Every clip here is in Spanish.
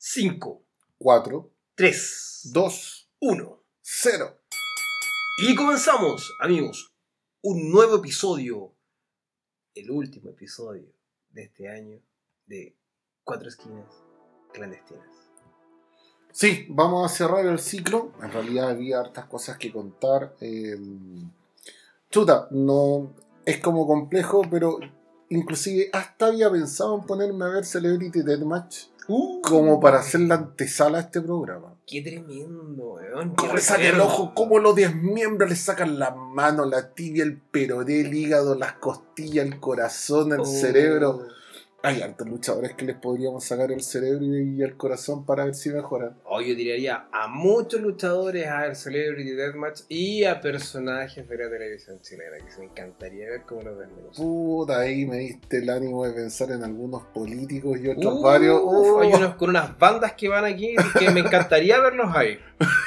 5, 4, 3, 2, 1. 0. Y comenzamos, amigos, un nuevo episodio, el último episodio de este año de Cuatro Esquinas Clandestinas. Sí, vamos a cerrar el ciclo. En realidad había hartas cosas que contar. Chuta, no es como complejo, pero inclusive hasta había pensado en ponerme a ver Celebrity Deathmatch como para hacer la antesala a este programa. ¡Qué tremendo, weón! Cómo le saca el ojo, cómo los desmiembra, le sacan la mano, la tibia, el peroné, el hígado, las costillas, el corazón, el cerebro. Hay hartos luchadores que les podríamos sacar el cerebro y el corazón para ver si mejoran. Yo tiraría a muchos luchadores a ver Celebrity Deathmatch y a personajes de la televisión chilena, que se me encantaría ver cómo los desmenuzan. Puta, ahí me diste el ánimo de pensar en algunos políticos y otros varios. Hay unos con unas bandas que van aquí que me encantaría verlos ahí.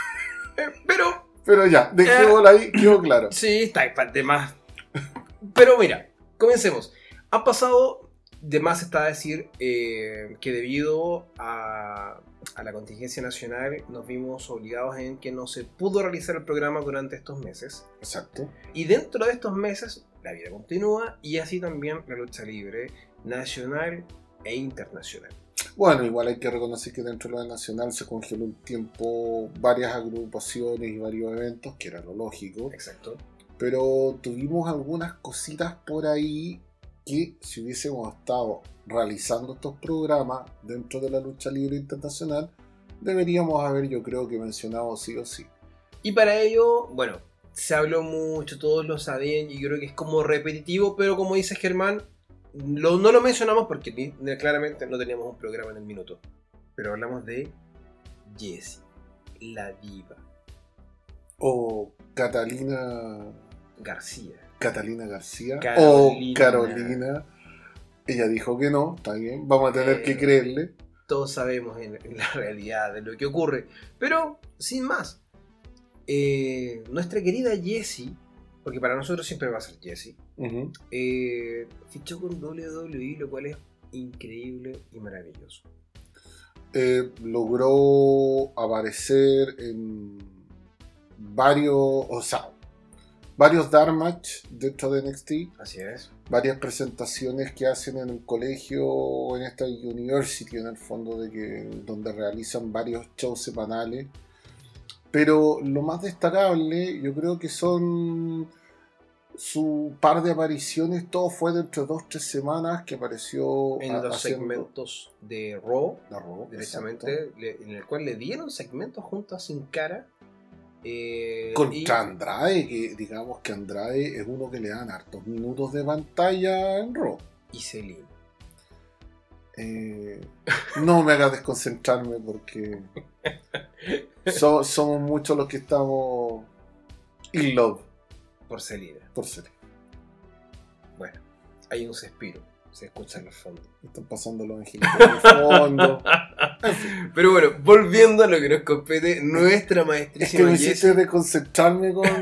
Pero ya, dejémoslo ahí, quedó claro. Sí, está de más. Pero mira, comencemos. Han pasado, de más está decir que debido a la contingencia nacional nos vimos obligados en que no se pudo realizar el programa durante estos meses. Exacto. Y dentro de estos meses la vida continúa y así también la lucha libre nacional e internacional. Bueno, igual hay que reconocer que dentro de lo nacional se congeló un tiempo varias agrupaciones y varios eventos, que era lo lógico. Exacto. Pero tuvimos algunas cositas por ahí que si hubiésemos estado realizando estos programas dentro de la lucha libre internacional, deberíamos haber, yo creo que mencionado sí o sí. Y para ello, bueno, se habló mucho, todos lo sabían y creo que es como repetitivo, pero como dice Germán, no lo mencionamos porque claramente no teníamos un programa en el minuto. Pero hablamos de Jessie, la diva. O Catalina García. O Carolina. Ella dijo que no, está bien, vamos a tener que creerle. Todos sabemos en la realidad de lo que ocurre. Pero, sin más, nuestra querida Jessie, porque para nosotros siempre va a ser Jessie, fichó con WWE, lo cual es increíble y maravilloso. Logró aparecer en varios dark match dentro de NXT. Así es. Varias presentaciones que hacen en el colegio, en esta university en el fondo, donde realizan varios shows semanales. Pero lo más destacable, yo creo que son su par de apariciones. Todo fue dentro de 2-3 semanas que apareció en los segmentos de Raw, directamente, en el cual le dieron segmentos junto a Sin Cara. Contra Andrade, que digamos que Andrade es uno que le dan hartos minutos de pantalla en Raw. Y Selena. No me hagas desconcentrarme porque somos muchos los que estamos in love por Selena. Bueno, hay un suspiro, se escucha en el fondo. Están pasando los angelitos en el fondo. Pero bueno, volviendo a lo que nos compete, nuestra maestrísima es que me hiciste desconcentrarme con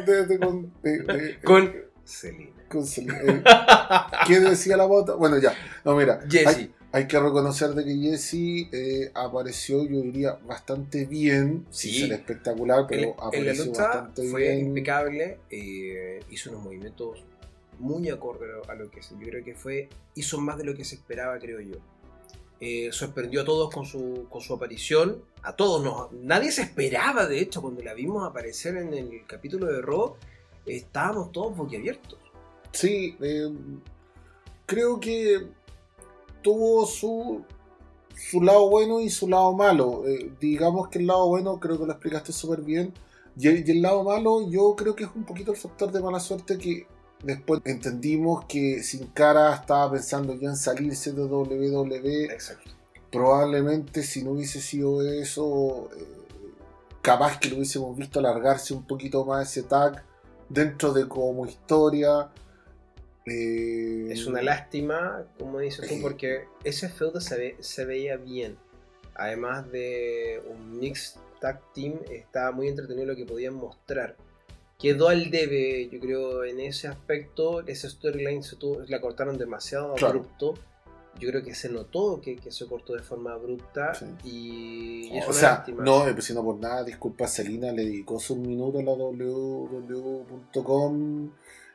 Selena. Con Selena. ¿Qué decía la bota? Bueno, ya. No, mira. Jessie. Hay que reconocer de que Jessie apareció, yo diría, bastante bien. Sí, sin ser espectacular, pero apareció en la lucha bastante fue bien. Impecable. Hizo unos movimientos muy acorde a lo que yo creo que hizo más de lo que se esperaba, creo yo. Sorprendió a todos con su aparición. A todos, nadie se esperaba, de hecho, cuando la vimos aparecer en el capítulo de Raw, estábamos todos boquiabiertos. Sí, creo que tuvo su lado bueno y su lado malo. Digamos que el lado bueno creo que lo explicaste súper bien. Y el lado malo yo creo que es un poquito el factor de mala suerte que después entendimos que Sin Cara estaba pensando ya en salirse de WWE. Exacto. Probablemente si no hubiese sido eso, capaz que lo hubiésemos visto alargarse un poquito más ese tag dentro de como historia. Es una lástima, como dices tú, porque ese feudo se veía bien. Además de un mixed tag team, estaba muy entretenido lo que podían mostrar. Quedó al debe, yo creo, en ese aspecto. Esa storyline la cortaron demasiado abrupto. yo creo que se notó que se cortó de forma abrupta Sí. y es O una sea, lástima. no, pues si no por nada, disculpa, Celina le dedicó sus minutos a la www.com,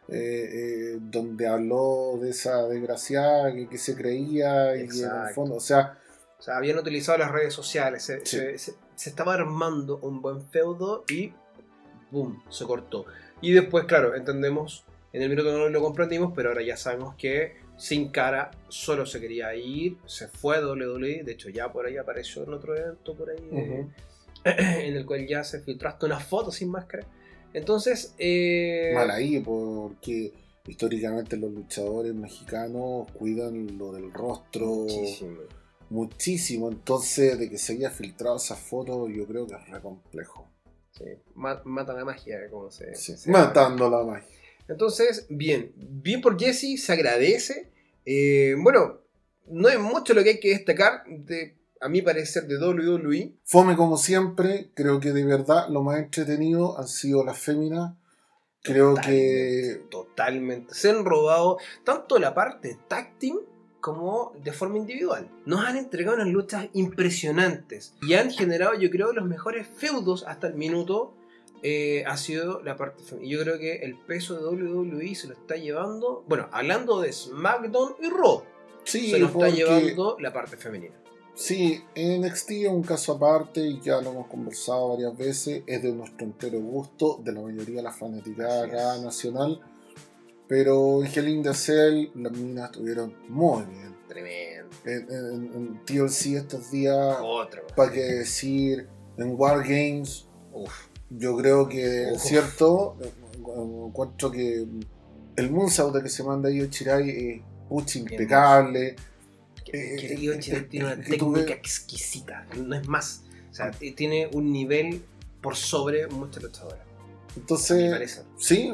donde habló de esa desgraciada que se creía y que en el fondo, Exacto. o sea, O sea, habían utilizado las redes sociales, sí. se estaba armando un buen feudo y ¡boom! Se cortó. Y después, claro, entendemos, en el minuto no lo comprendimos, pero ahora ya sabemos que Sin Cara solo se quería ir, se fue a WWE, de hecho ya por ahí apareció en otro evento por ahí, Uh-huh. en el cual ya se filtró hasta una foto sin máscara. Entonces, Mal ahí, porque históricamente los luchadores mexicanos cuidan lo del rostro muchísimo. muchísimo, entonces de que se haya filtrado esa foto yo creo que es re complejo. Sí, mata la magia, como Sí, se matando la magia. Entonces, bien por Jesse, se agradece. Bueno, no hay mucho lo que hay que destacar, a mi parecer, de WWE. Fome como siempre, creo que de verdad lo más entretenido han sido las féminas. Creo que Totalmente. Se han robado tanto la parte tag team como de forma individual. Nos han entregado unas luchas impresionantes y han generado, yo creo, los mejores feudos hasta el minuto. Ha sido la parte femenina. Yo creo que el peso de WWE se lo está llevando, bueno, hablando de SmackDown y Raw, sí, se lo está porque llevando la parte femenina. sí, en NXT es un caso aparte y ya lo hemos conversado varias veces, es de nuestro entero gusto, de la mayoría de la fanaticada Así acá es. nacional, pero en Hell in the Cell las minas estuvieron muy bien. Tremendo. En TLC estos días, Otra. para qué decir, en War Games, Uf. yo creo que Uf. cierto, encuentro que el moonsault que se manda ahí Chirai es pucha impecable. Que Io Shirai tiene una que tuve- técnica exquisita, no es más. O sea, tiene un nivel por sobre muchas luchadoras. A mi Entonces, parecer. sí,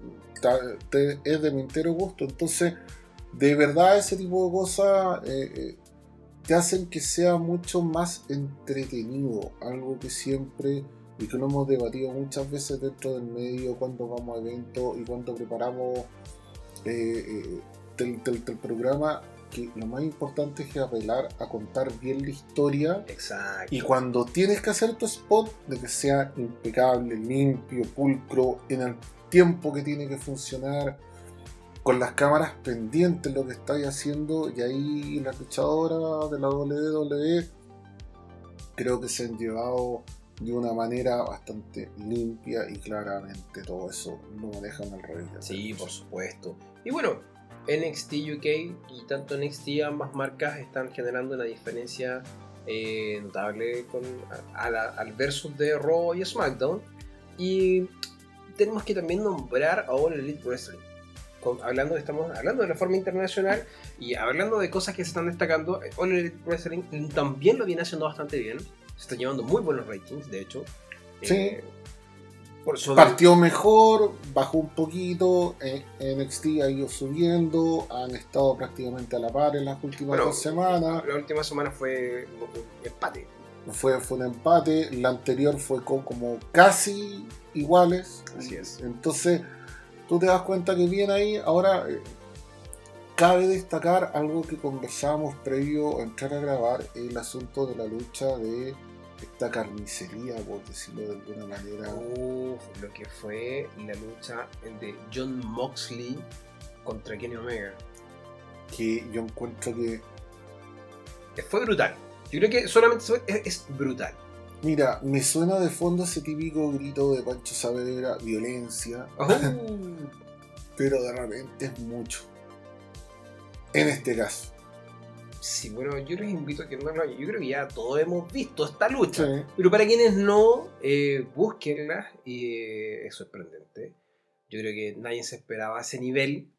es de mi entero gusto. Entonces, de verdad, ese tipo de cosas te hacen que sea mucho más entretenido. Algo que siempre, y que lo hemos debatido muchas veces dentro del medio, cuando vamos a eventos y cuando preparamos del programa, que lo más importante es apelar a contar bien la historia. Exacto. Y cuando tienes que hacer tu spot, de que sea impecable, limpio, pulcro, en el tiempo que tiene que funcionar, con las cámaras pendientes lo que estáis haciendo, y ahí las luchadoras de la WWE creo que se han llevado de una manera bastante limpia y claramente todo eso lo manejan al revés. Sí, por supuesto. Y bueno, NXT UK y tanto NXT, ambas marcas están generando una diferencia notable al versus de Raw y SmackDown. Y tenemos que también nombrar a All Elite Wrestling. Estamos hablando de la forma internacional y hablando de cosas que se están destacando. All Elite Wrestling también lo viene haciendo bastante bien. Se está llevando muy buenos ratings, de hecho. Sí. Sobre... Partió mejor, bajó un poquito, NXT ha ido subiendo, han estado prácticamente a la par en las últimas 2 semanas. La última semana fue un empate. Fue un empate, la anterior fue como casi iguales. Así es. Entonces, tú te das cuenta que viene ahí. Ahora, cabe destacar algo que conversábamos previo a entrar a grabar, el asunto de la lucha de esta carnicería, por decirlo de alguna manera. Lo que fue la lucha de Jon Moxley contra Kenny Omega. Que yo encuentro que fue brutal. Yo creo que solamente es brutal. Mira, me suena de fondo ese típico grito de Pancho Saavedra, violencia, pero de repente es mucho. En este caso. Sí, bueno, yo les invito a que no lo hagan. Yo creo que ya todos hemos visto esta lucha. Sí. Pero para quienes no, búsquenla. Es sorprendente. Yo creo que nadie se esperaba ese nivel.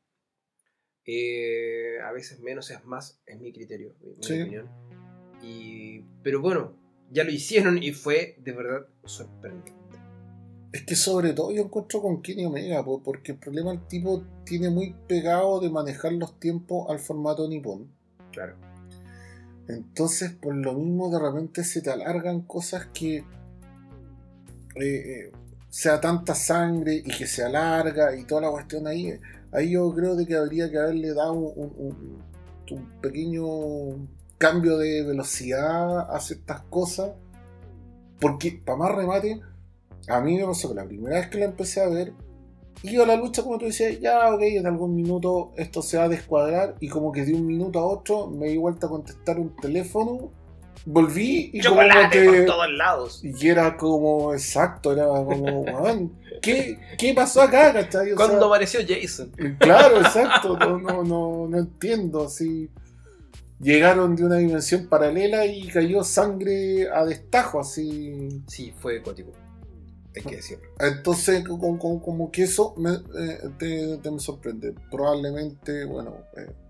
A veces menos es más, es mi criterio, mi opinión. Pero bueno, ya lo hicieron y fue de verdad sorprendente. Es que sobre todo yo encuentro con Kenny Omega, porque el problema el tipo tiene muy pegado de manejar los tiempos al formato nipón. Claro. Entonces, por lo mismo, de repente se te alargan cosas que sea tanta sangre y que se alarga y toda la cuestión ahí. Ahí yo creo de que habría que haberle dado un pequeño cambio de velocidad a ciertas cosas. Porque, para más remate, a mí me pasó que la primera vez que la empecé a ver, iba a la lucha como tú decías, ya, ok, en algún minuto esto se va a descuadrar, y como que de un minuto a otro me di vuelta a contestar un teléfono, volví y como Chocolate por que... todos lados. Y era como, exacto, era como, weón, ¿qué pasó acá, cachai? O Cuando sea, apareció Jason. claro, exacto, no entiendo, así. Llegaron de una dimensión paralela y cayó sangre a destajo, así. Sí, fue acuático. Hay que decirlo. Entonces, como que eso te me sorprende. Probablemente, bueno,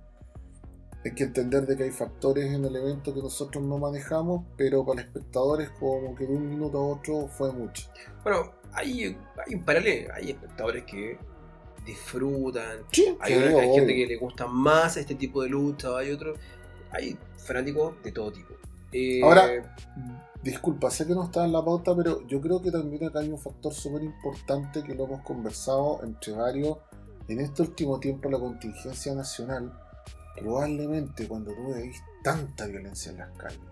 hay que entender de que hay factores en el evento que nosotros no manejamos, pero para los espectadores, como que de un minuto a otro fue mucho. Bueno, hay un paralelo. Hay espectadores que disfrutan. Sí, Hay gente que le gusta más este tipo de lucha. Hay fanáticos de todo tipo. Ahora, disculpa, sé que no está en la pauta, pero yo creo que también acá hay un factor súper importante que lo hemos conversado entre varios. En este último tiempo, la contingencia nacional, probablemente cuando tú veis tanta violencia en las calles,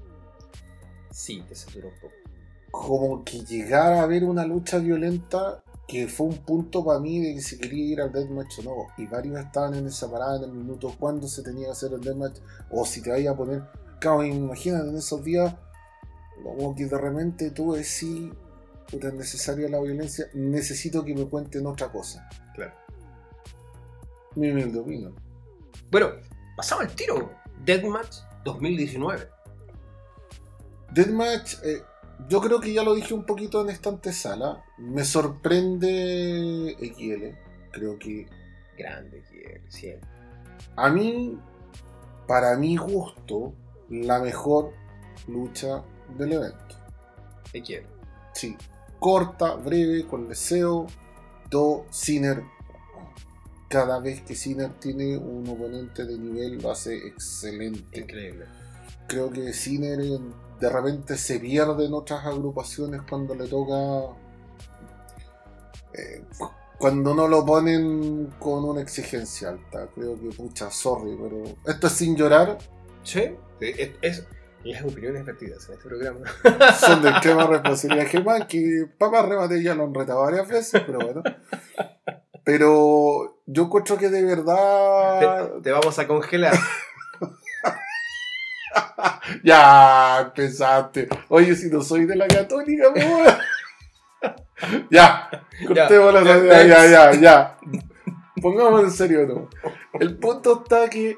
sí, te satura un poco. como que llegar a ver una lucha violenta, que fue un punto para mí de que si quería ir al deathmatch o no, y varios estaban en esa parada en el minuto cuando se tenía que hacer el deathmatch, o si te vayas a poner, claro, imagínate en esos días, como que de repente tú decís, puta, es necesaria la violencia, necesito que me cuenten otra cosa. Claro. Mi humilde opinión. Bueno, pasamos al tiro. Deathmatch 2019. Deathmatch, yo creo que ya lo dije un poquito en esta antesala. Me sorprende XL. Creo que Grande, sí. a mí, para mi gusto, la mejor lucha del evento. XL. Sí, corta, breve, con deseo. Sinner. Cada vez que Sinner tiene un oponente de nivel lo hace excelente. Increíble. Creo que Sinner de repente se pierde en otras agrupaciones cuando le toca. Cuando no lo ponen con una exigencia alta. Creo que, pucha, sorry, pero esto es sin llorar. Sí, las opiniones vertidas en este programa Son de extrema responsabilidad Germán, que papá remate ya lo han retado varias veces, pero bueno. Pero yo encuentro que de verdad. te vamos a congelar. Ya empezaste. Oye, si no soy de la católica, pues. Ya, cortémosla. Ya. Pongámonos en serio, no. El punto está que.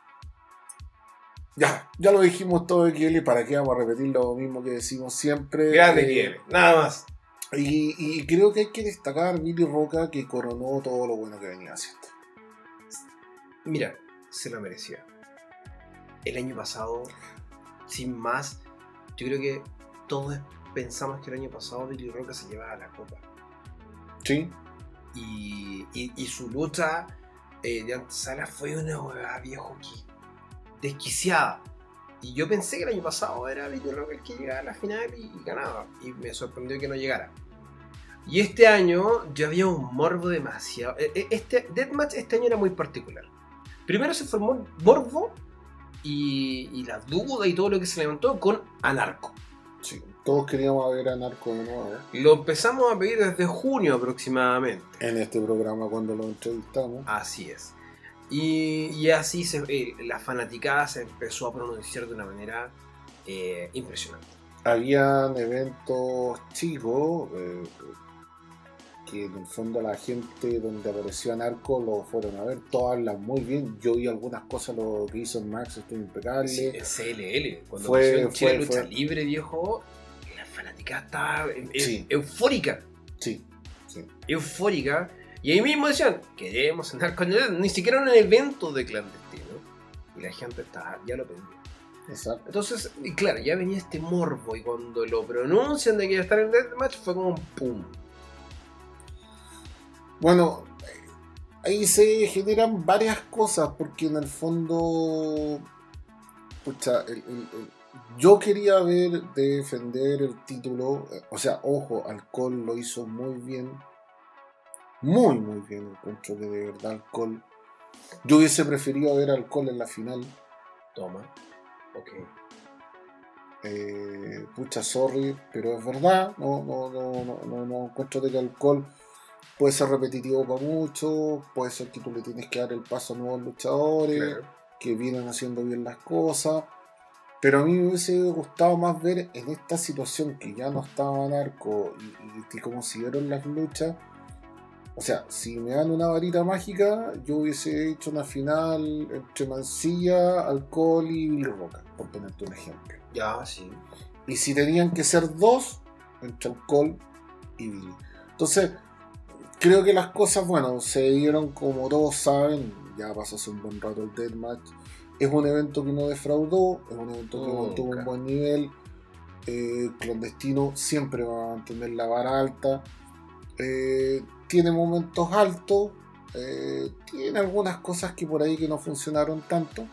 Ya lo dijimos todo de Kiel, y para qué vamos a repetir lo mismo que decimos siempre. Grande Kiel, nada más. Y creo que hay que destacar a Billy Roca, que coronó todo lo bueno que venía haciendo. Mira, se lo merecía. El año pasado, sin más, yo creo que todos pensamos que el año pasado Billy Roca se llevaba la copa. Sí. Y su lucha de antesala fue una huevada, viejo, desquiciada. Y yo pensé que el año pasado era Billy Roca el que llegaba a la final y ganaba. Y me sorprendió que no llegara. Y este año ya había un morbo demasiado. Deathmatch este año era muy particular. Primero se formó un morbo y la duda y todo lo que se levantó con Anarco. Sí, todos queríamos ver a Narco de nuevo. Lo empezamos a pedir desde junio aproximadamente. En este programa cuando lo entrevistamos. Así es. Y así la fanaticada se empezó a pronunciar de una manera impresionante. Habían eventos chicos que en el fondo la gente donde apareció Anarco lo fueron a ver, todas hablan muy bien. Yo vi algunas cosas, lo que hizo en Max estuvo impecable. Sí, en CLL, cuando fue en Chile lucha fue. Libre, viejo, la fanática estaba Sí. eufórica. Sí. Eufórica. Y ahí mismo decían, queremos andar con él. Ni siquiera un evento de clandestino. Y la gente ya lo pedía. Exacto. Entonces, claro, ya venía este morbo. Y cuando lo pronuncian de que iba a estar en Deathmatch, fue como un pum. Bueno, ahí se generan varias cosas, porque en el fondo, pucha, yo quería ver defender el título. O sea, ojo, Alcohol lo hizo muy bien. Muy bien. Encuentro que de verdad Alcohol Yo hubiese preferido ver Alcohol en la final. Toma. Ok. Pucha, sorry, pero es verdad. No encuentro de que Alcohol puede ser repetitivo para muchos. Puede ser que tú le tienes que dar el paso a nuevos luchadores Claro. que vienen haciendo bien las cosas. Pero a mí me hubiese gustado más ver en esta situación que ya no estaba Narco y cómo siguieron las luchas. O sea, si me dan una varita mágica, yo hubiese hecho una final entre Mancilla, Alcohol y Billy Roca, por ponerte un ejemplo. Ya, sí. Y si tenían que ser dos, entre Alcohol y Billy. Entonces, creo que las cosas, bueno, se dieron como todos saben. Ya pasó hace un buen rato el Deathmatch. Es un evento que no defraudó, es un evento que mantuvo un buen nivel. Clandestino siempre va a mantener la vara alta. Tiene momentos altos, tiene algunas cosas que por ahí que no funcionaron tanto,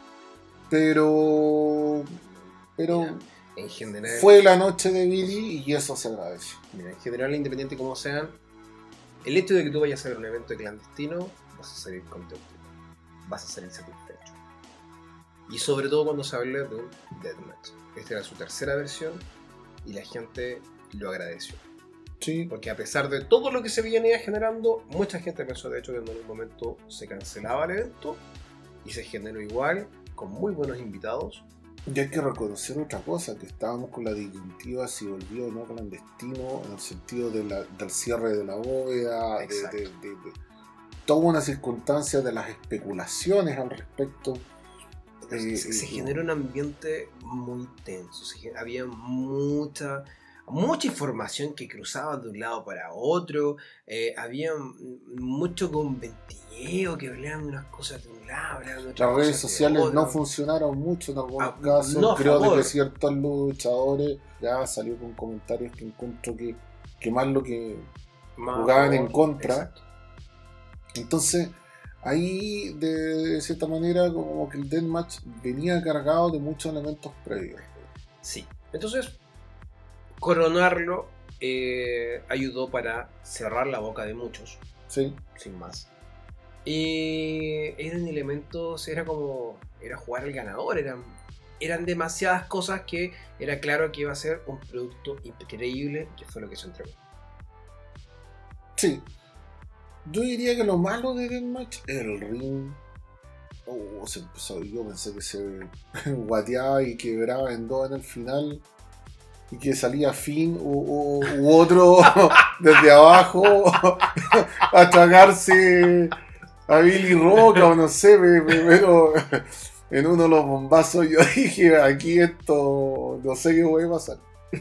pero Mira, en general, fue la noche de Billy y eso se agradece. mira, en general, independiente como sean, el hecho de que tú vayas a ver un evento de clandestino, vas a salir contento, vas a salir satisfecho. Y sobre todo cuando se habla de un deathmatch. Esta era su tercera versión y la gente lo agradeció. Sí. Porque a pesar de todo lo que se venía generando, mucha gente pensó de hecho que en un momento se cancelaba el evento y se generó igual, con muy buenos invitados. Y hay que reconocer otra cosa, que estábamos con la disyuntiva si volvió o no clandestino, en el sentido del cierre de la bóveda, de toda una circunstancia de las especulaciones al respecto. Se generó un ambiente muy tenso, había mucha información que cruzaba de un lado para otro, había mucho conventilleo que hablaban unas cosas de un lado, hablaban de otras Las redes cosas sociales de otro. no funcionaron mucho en algunos casos. No, creo de que ciertos luchadores ya salió con comentarios que encuentro que más lo que jugaban en contra. Exacto. Entonces ahí de cierta manera como que el Deathmatch venía cargado de muchos elementos previos. Sí, entonces coronarlo ayudó para cerrar la boca de muchos. Sí. Sin más. Y eran elementos, era jugar al ganador, eran demasiadas cosas que era claro que iba a ser un producto increíble, que fue lo que se entregó. Sí. Yo diría que lo malo de Deathmatch es el ring. Se empezó, yo pensé que se guateaba y quebraba en dos en el final y que salía Finn u otro desde abajo a tragarse a Billy Roca o no sé, pero en uno de los bombazos yo dije, aquí esto no sé qué puede pasar.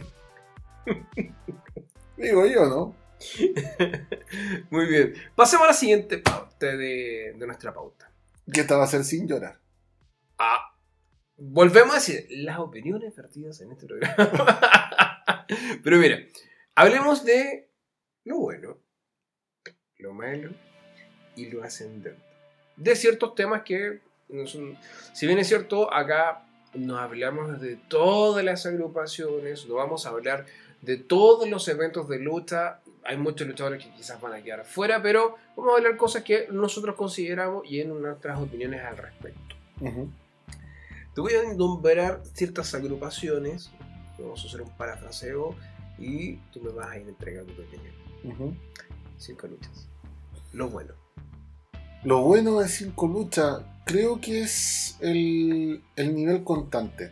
Digo yo, ¿no? Muy bien, pasemos a la siguiente parte de nuestra pauta. ¿Qué esta va a ser sin llorar? Volvemos a decir las opiniones vertidas en este programa. Pero mira, hablemos de lo bueno, lo malo y lo ascendente. De ciertos temas que, si bien es cierto, acá no hablamos de todas las agrupaciones, no vamos a hablar de todos los eventos de lucha. Hay muchos luchadores que quizás van a quedar fuera, pero vamos a hablar cosas que nosotros consideramos y en nuestras opiniones al respecto. Uh-huh. Te voy a nombrar ciertas agrupaciones, vamos a hacer un parafraseo y tú me vas a ir entregando tu opinión. Uh-huh. 5 luchas. Lo bueno. Lo bueno de 5 luchas creo que es el nivel constante.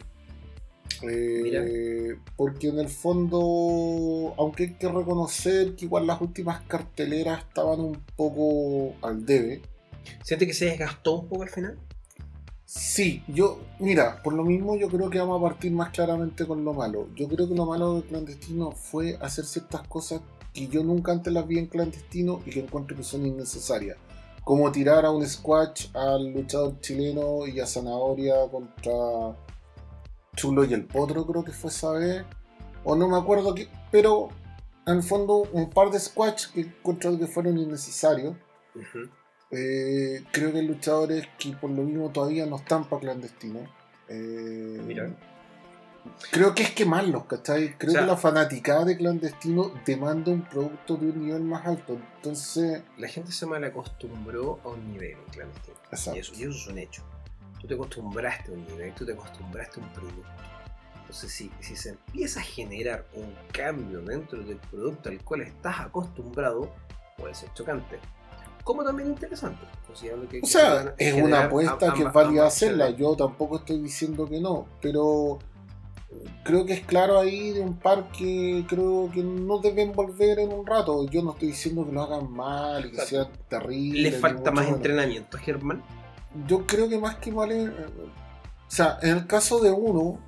Porque en el fondo, aunque hay que reconocer que igual las últimas carteleras estaban un poco al debe. ¿Siente que se desgastó un poco al final? Sí, mira, por lo mismo yo creo que vamos a partir más claramente con lo malo. Yo creo que lo malo de Clandestino fue hacer ciertas cosas que yo nunca antes las vi en Clandestino y que encuentro que son innecesarias. Como tirar a un squash al luchador chileno y a Zanahoria contra Chulo y el Potro, creo que fue esa vez. O no me acuerdo qué, pero en el fondo un par de squash que encuentro que fueron innecesarios. Uh-huh. Creo que hay luchadores que por lo mismo todavía no están para Clandestino. Mira. Creo que es quemarlos, ¿cachai? Creo O sea, que la fanaticada de Clandestino demanda un producto de un nivel más alto. Entonces, la gente se malacostumbró a un nivel en Clandestino. exacto. Y eso es un hecho. Tú te acostumbraste a un nivel, tú te acostumbraste a un producto. Entonces, si se empieza a generar un cambio dentro del producto al cual estás acostumbrado, puede ser chocante. Como también interesante, considerando que O se sea, puedan es una generar apuesta que es ambas válida hacerla. opciones. Yo tampoco estoy diciendo que no, pero creo que es claro ahí de un par que creo que no deben volver en un rato. Yo no estoy diciendo que lo hagan mal y O que sea, sea le terrible, ni falta mucho más menos. entrenamiento, Germán. Yo creo que más que mal o sea, en el caso de uno,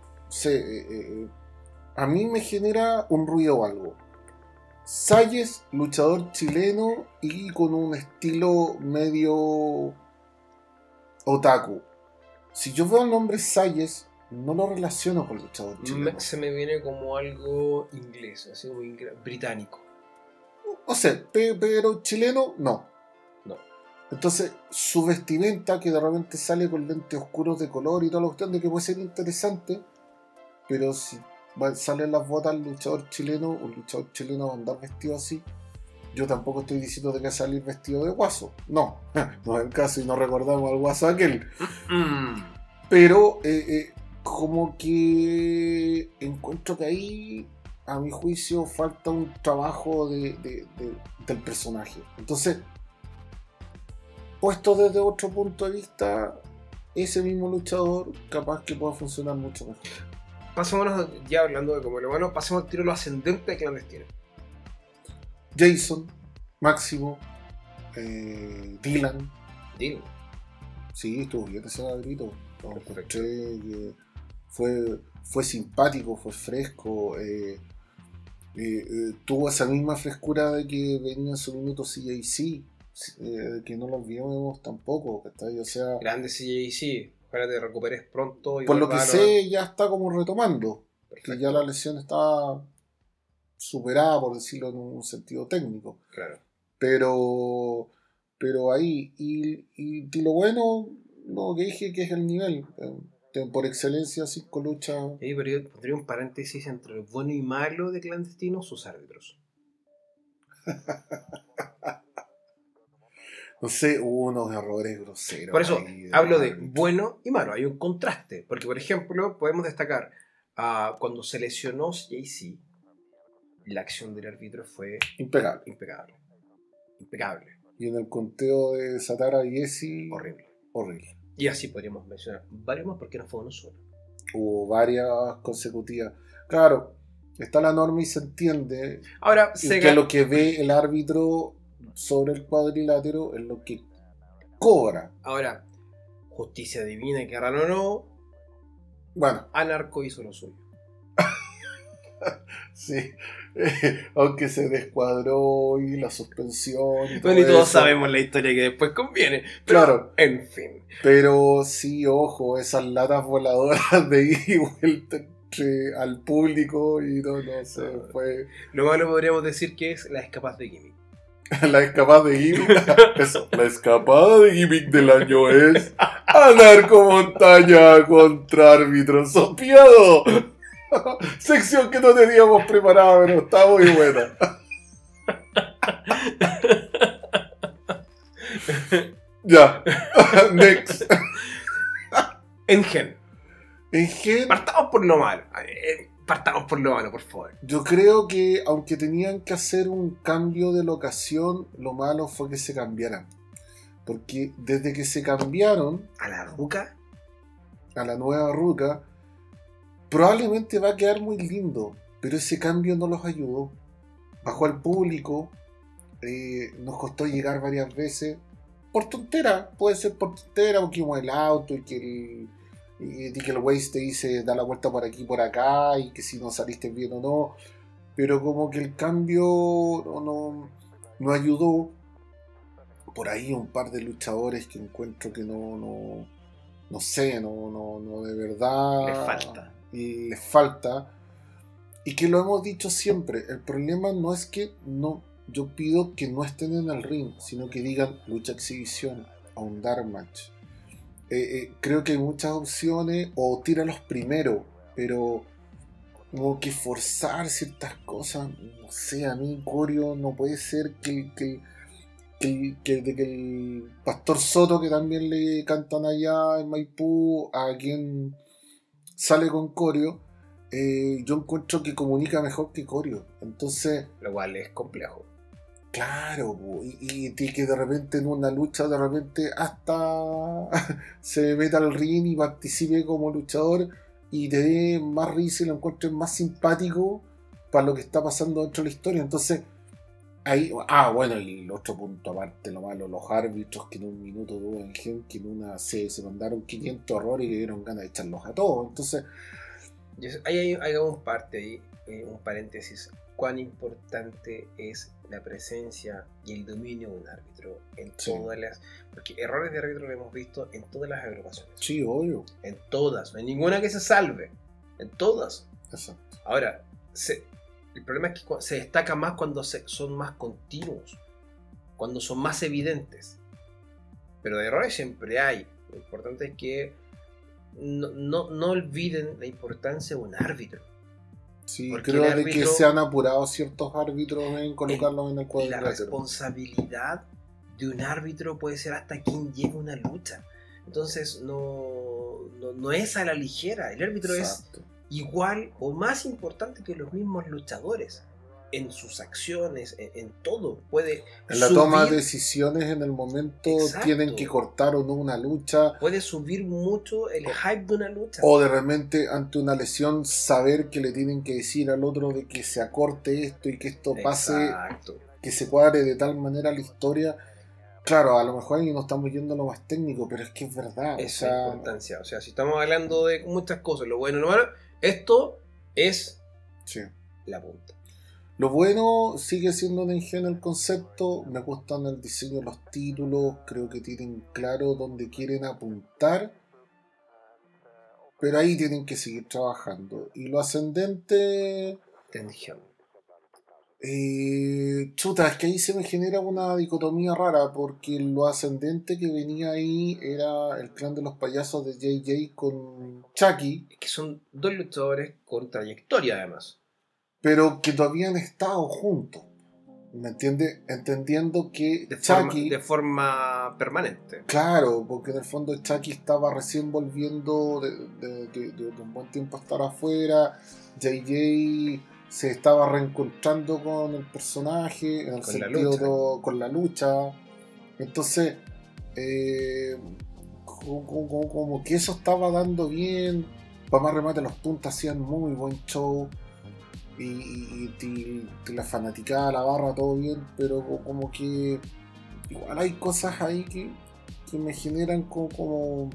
a mí me genera un ruido o algo. Salles, luchador chileno y con un estilo medio otaku. Si yo veo el nombre Salles, no lo relaciono con luchador chileno. Se me viene como algo inglés, así como británico. No sé, pero chileno, no. No. Entonces, su vestimenta, que de repente sale con lentes oscuros de color y toda la cuestión de que puede ser interesante, pero si salen las botas un luchador chileno va a andar vestido así. Yo tampoco estoy diciendo de que salir vestido de guaso. No, no es el caso y no recordamos al guaso aquel. Pero como que encuentro que ahí, a mi juicio, falta un trabajo del personaje. Entonces, puesto desde otro punto de vista, ese mismo luchador capaz que pueda funcionar mucho mejor. Pasémonos, ya hablando de como lo bueno, pasemos al tiro lo ascendente de Clandestino. Jason, Máximo, Dylan. Dino. Sí, estuvo bien ese grito. Perfecto. Encontré que fue simpático, fue fresco. Tuvo esa misma frescura de que venía en su minuto CJC, que no lo olvidemos tampoco, ¿cachai? O sea, Grande CJC. Ojalá te recuperes pronto y por lo que vuelvas a sé, ya está como retomando, que ya la Perfecto. lesión está superada, por decirlo en un sentido técnico. Claro. Pero ahí, y lo bueno, lo que dije que es el nivel. Por excelencia, 5 luchas. Pero yo pondría un paréntesis entre lo bueno y malo de Clandestino, sus árbitros. No sé, hubo unos errores groseros Por eso ahí de los hablo de árbitros. bueno y malo, hay un contraste. Porque, por ejemplo, podemos destacar cuando se lesionó JC, la acción del árbitro fue Impecable. impecable. Impecable. Y en el conteo de Satara y Esi, Horrible. horrible. Y así podríamos mencionar varios más porque no fue uno solo. Hubo varias consecutivas. Claro, está la norma y se entiende. Ahora, Y que lo que ve el árbitro sobre el cuadrilátero es lo que cobra. Ahora, justicia divina, que raro o no, Bueno, Anarco hizo lo suyo. sí. Aunque se descuadró y la suspensión y todo Bueno, y todos eso. sabemos la historia que después conviene. Pero, Claro. en fin. Pero sí, ojo, esas latas voladoras de ida y vuelta al público y no sé, fue Lo malo podríamos decir que es la escapada de gimmick. la escapada de gimmick. Eso, la escapada de gimmick del año es Anarco Montaña contra Árbitro Sopiado. Sección que no teníamos preparada, pero está muy buena. Ya, next. En gen. En gen, Partamos por lo malo. Partamos por lo malo, por favor. yo creo que aunque tenían que hacer un cambio de locación, lo malo fue que se cambiaran. Porque desde que se cambiaron A la ruca. a la nueva ruca, probablemente va a quedar muy lindo, pero ese cambio no los ayudó. Bajó al público, nos costó llegar varias veces. Por tontera, puede ser por tontera, porque íbamos el auto y que el Waze te dice da la vuelta por aquí por acá y que si no saliste bien o no. Pero como que el cambio no ayudó. Por ahí un par de luchadores que encuentro que no sé, no de verdad. Les falta. Les falta. Y que lo hemos dicho siempre, el problema no es que yo pido que no estén en el ring, sino que digan lucha exhibición o un dark match. Creo que hay muchas opciones, o tíralos primero, pero como que forzar ciertas cosas, no sé, a mí Corio no puede ser que el Pastor Soto, que también le cantan allá en Maipú, a quien sale con Corio, yo encuentro que comunica mejor que Corio. Entonces, Lo cual es complejo. claro, y que de repente en una lucha, de repente hasta se meta al ring y participe como luchador y te dé más risa y lo encuentres más simpático para lo que está pasando dentro de la historia. Entonces, ahí, bueno, y el otro punto aparte, lo malo, los árbitros que en un minuto dudan gente, que en una se mandaron 500 errores y le dieron ganas de echarlos a todos. Entonces, Hay un parte ahí, un paréntesis. Cuán importante es la presencia y el dominio de un árbitro en todas las... Porque errores de árbitro lo hemos visto en todas las agrupaciones. sí, obvio. En todas, no hay ninguna que se salve. En todas. Exacto. Ahora, el problema es que se destaca más cuando son más continuos, cuando son más evidentes. Pero de errores siempre hay. Lo importante es que no olviden la importancia de un árbitro. Sí, Porque creo el de que árbitro- se han apurado ciertos árbitros en colocarlos en el La cuadrilátero. responsabilidad de un árbitro puede ser hasta quien lleva una lucha. Entonces no es a la ligera. El árbitro Exacto. es igual o más importante que los mismos luchadores. En sus acciones, en todo. Puede En la toma de decisiones en el momento. Exacto. Tienen que cortar o no una lucha. Puede subir mucho el hype de una lucha. O de repente ante una lesión saber que le tienen que decir al otro de que se acorte esto y que esto pase, Exacto. que se cuadre de tal manera la historia. Claro, a lo mejor ahí no estamos yendo a lo más técnico, pero es que es verdad. Esa es la importancia. O sea, si estamos hablando de muchas cosas, lo bueno y lo malo, esto es sí. la punta. Lo bueno sigue siendo en gen el concepto, me gustan el diseño de los títulos, creo que tienen claro dónde quieren apuntar, pero ahí tienen que seguir trabajando. Y lo ascendente, Tensión. chuta, es que ahí se me genera una dicotomía rara, porque lo ascendente que venía ahí era el clan de los payasos de JJ con Chucky, Es que son dos luchadores con trayectoria además. pero que todavía han estado juntos. ¿Me entiendes? Entendiendo que De forma permanente. Claro, porque en el fondo Chucky estaba recién volviendo de un buen tiempo a estar afuera. JJ se estaba reencontrando con el personaje, en el sentido con la lucha. Entonces, como que eso estaba dando bien. Para más remate, los puntos hacían muy buen show. Y la fanaticada, la barra, todo bien, pero como que igual hay cosas ahí que me generan como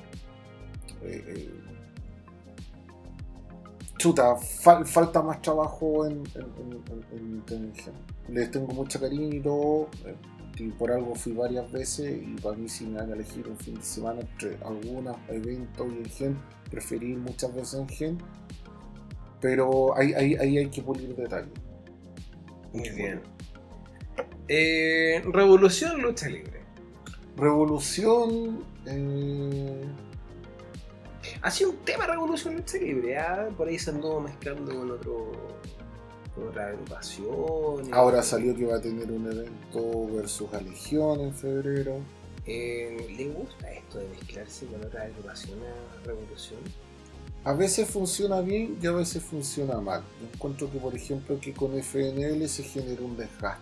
chuta, falta más trabajo en Tengen. Les tengo mucho cariño y todo, y por algo fui varias veces, y para mí si me van a elegir un fin de semana entre algunos eventos y en Gen, preferí ir muchas veces en Gen. Pero ahí hay que pulir detalles. Muy bien. Revolución, lucha libre. Revolución. Ha sido un tema Revolución, lucha libre. Por ahí se anduvo mezclando con otra agrupación. Ahora salió que va a tener un evento versus a Legión en febrero. ¿Le gusta esto de mezclarse con otra agrupación a Revolución? A veces funciona bien y a veces funciona mal. Yo encuentro que, por ejemplo, que con FNL se generó un desgaste.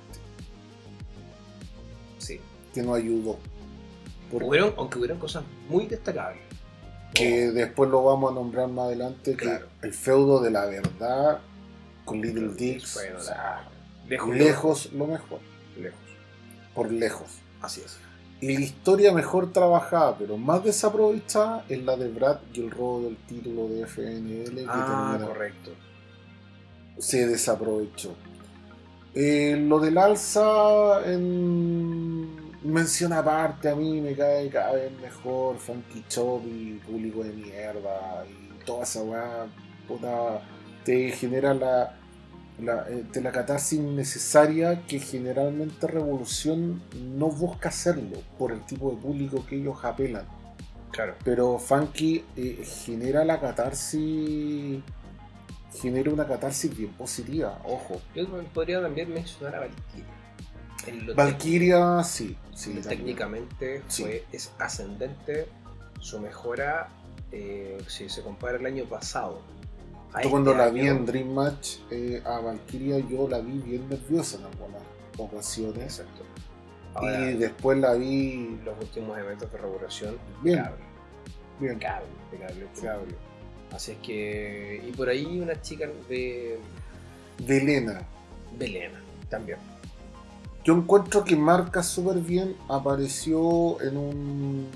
Sí. Que no ayudó. Aunque hubieron cosas muy destacables. Que después lo vamos a nombrar más adelante. Claro. Que el feudo de la verdad con Little Dix. Bueno, lejos lo mejor. Lejos. Por lejos. Así es. Y la historia mejor trabajada, pero más desaprovechada, es la de Brad y el robo del título de FNL. Correcto. Se desaprovechó. Lo del alza en mención aparte, a mí me cae cada vez mejor. Funky Chop y público de mierda y toda esa weá, puta, te genera la catarsis innecesaria que generalmente Revolución no busca hacerlo por el tipo de público que ellos apelan. Claro. Pero Funky genera la catarsis. Genera una catarsis bien positiva, ojo. Yo podría también mencionar a Valkyria. Valkyria, sí. Técnicamente es ascendente su mejora si se compara el año pasado. Yo cuando la vi en Dream Match, a Valkyria yo la vi bien nerviosa en algunas ocasiones. Exacto. Ahora, y después la vi... Los últimos eventos de regulación, bien. Impecable. Así es que... Y por ahí una chica de... Velena, también. Yo encuentro que marca súper bien. Apareció en un...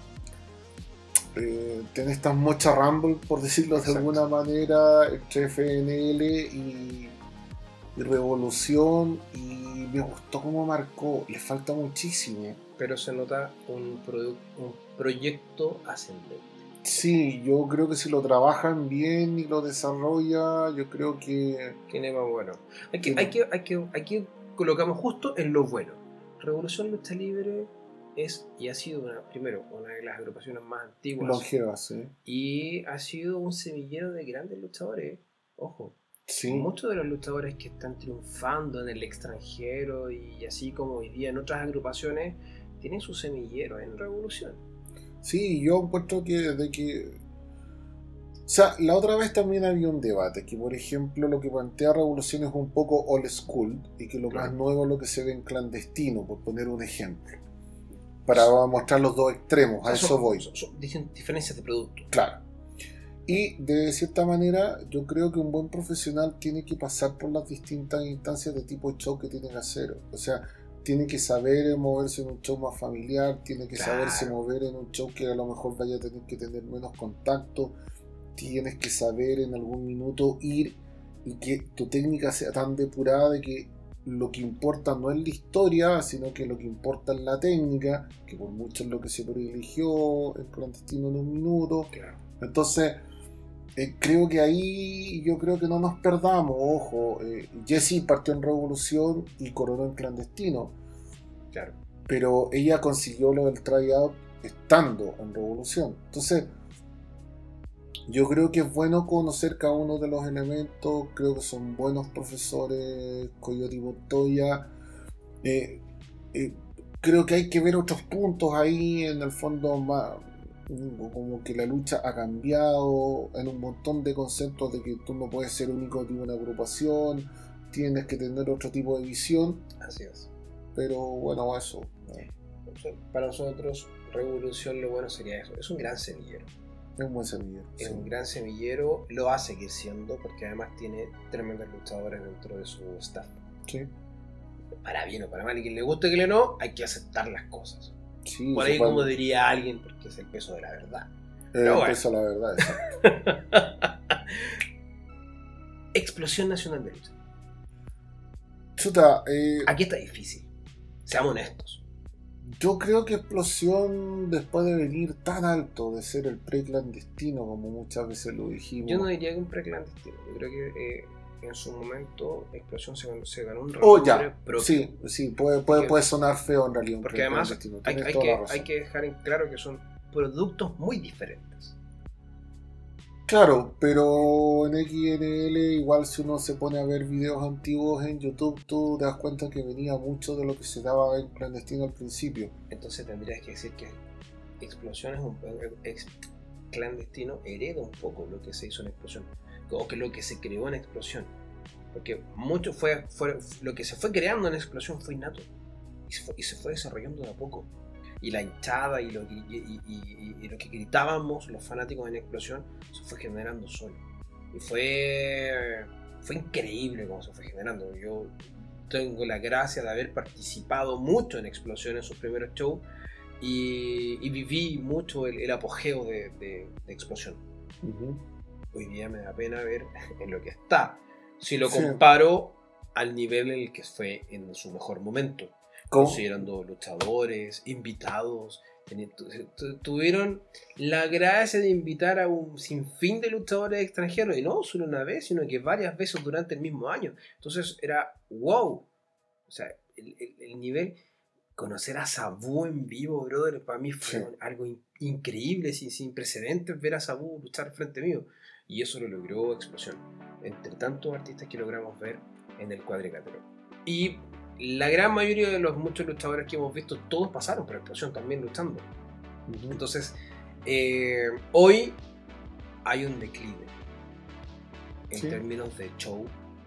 en estas Mocha Rumble, por decirlo de alguna manera, entre FNL y Revolución, y me gustó cómo marcó. Le falta muchísimo, pero se nota un proyecto ascendente. Sí, yo creo que si lo trabajan bien y lo desarrolla, yo creo que tiene más bueno. Hay que colocamos justo en lo bueno. Revolución Lucha Libre es y ha sido una de las agrupaciones más antiguas, longevas, ¿sí? Y ha sido un semillero de grandes luchadores. Ojo, sí. Muchos de los luchadores que están triunfando en el extranjero y así como hoy día en otras agrupaciones tienen su semillero en Revolución. Sí, yo encuentro que o sea, la otra vez también había un debate, que por ejemplo lo que plantea Revolución es un poco old school y que lo más nuevo es lo que se ve en clandestino, por poner un ejemplo. Para mostrar los dos extremos, a eso voy. Son diferencias de producto. Claro. Y de cierta manera yo creo que un buen profesional tiene que pasar por las distintas instancias de tipo de show que tiene que hacer. O sea, tiene que saber moverse en un show más familiar, tiene que saberse mover en un show que a lo mejor vaya a tener que tener menos contacto. Tienes que saber en algún minuto ir y que tu técnica sea tan depurada de que lo que importa no es la historia, sino que lo que importa es la técnica, que por mucho es lo que se privilegió el clandestino en un minuto. Claro. Entonces, creo que ahí yo creo que no nos perdamos. Ojo, Jessie partió en Revolución y coronó en clandestino. Claro. Pero ella consiguió lo del tryout estando en Revolución. Entonces, yo creo que es bueno conocer cada uno de los elementos. Creo que son buenos profesores Coyote y Montoya. Creo que hay que ver otros puntos ahí. En el fondo, más, como que la lucha ha cambiado en un montón de conceptos de que tú no puedes ser único de una agrupación. Tienes que tener otro tipo de visión. Así es. Pero bueno, eso. Para nosotros, Revolución, lo bueno sería eso. Es un gran semillero. Es un buen semillero. Es un gran semillero, lo va a seguir siendo porque además tiene tremendos luchadores dentro de su staff. Sí. Para bien o para mal, y quien le guste que le no, hay que aceptar las cosas. Sí, por ahí, como diría alguien, porque es el peso de la verdad. El peso de la verdad, exacto. Explosión Nacional de Lucha. Chuta, aquí está difícil. Seamos honestos. Yo creo que Explosión, después de venir tan alto, de ser el preclandestino, como muchas veces lo dijimos. Yo no diría que un preclandestino. Yo creo que en su momento Explosión se ganó un renombre propio. Sí, puede sonar feo en realidad. Porque además hay que dejar en claro que son productos muy diferentes. Claro, pero en XNL igual si uno se pone a ver videos antiguos en YouTube, tú te das cuenta que venía mucho de lo que se daba en clandestino al principio. Entonces tendrías que decir que Explosión es un clandestino, hereda un poco lo que se hizo en Explosión, o que lo que se creó en Explosión, porque mucho fue lo que se fue creando en Explosión fue innato y se fue desarrollando de a poco. Y la hinchada y lo que gritábamos los fanáticos en Explosión se fue generando solo. Y fue increíble cómo se fue generando. Yo tengo la gracia de haber participado mucho en Explosión en sus primeros shows y viví mucho el apogeo de Explosión. Uh-huh. Hoy día me da pena ver en lo que está. Si lo comparo al nivel en el que fue en su mejor momento. Considerando luchadores, invitados, tuvieron la gracia de invitar a un sinfín de luchadores extranjeros, y no solo una vez, sino que varias veces durante el mismo año. Entonces era wow. O sea, el nivel, conocer a Sabu en vivo, brother, para mí fue algo increíble, sin precedentes, ver a Sabu luchar frente mío. Y eso lo logró Explosión, entre tantos artistas que logramos ver en el cuadrilátero. Y la gran mayoría de los muchos luchadores que hemos visto, todos pasaron por Explosión también luchando. Entonces, hoy hay un declive en términos de show.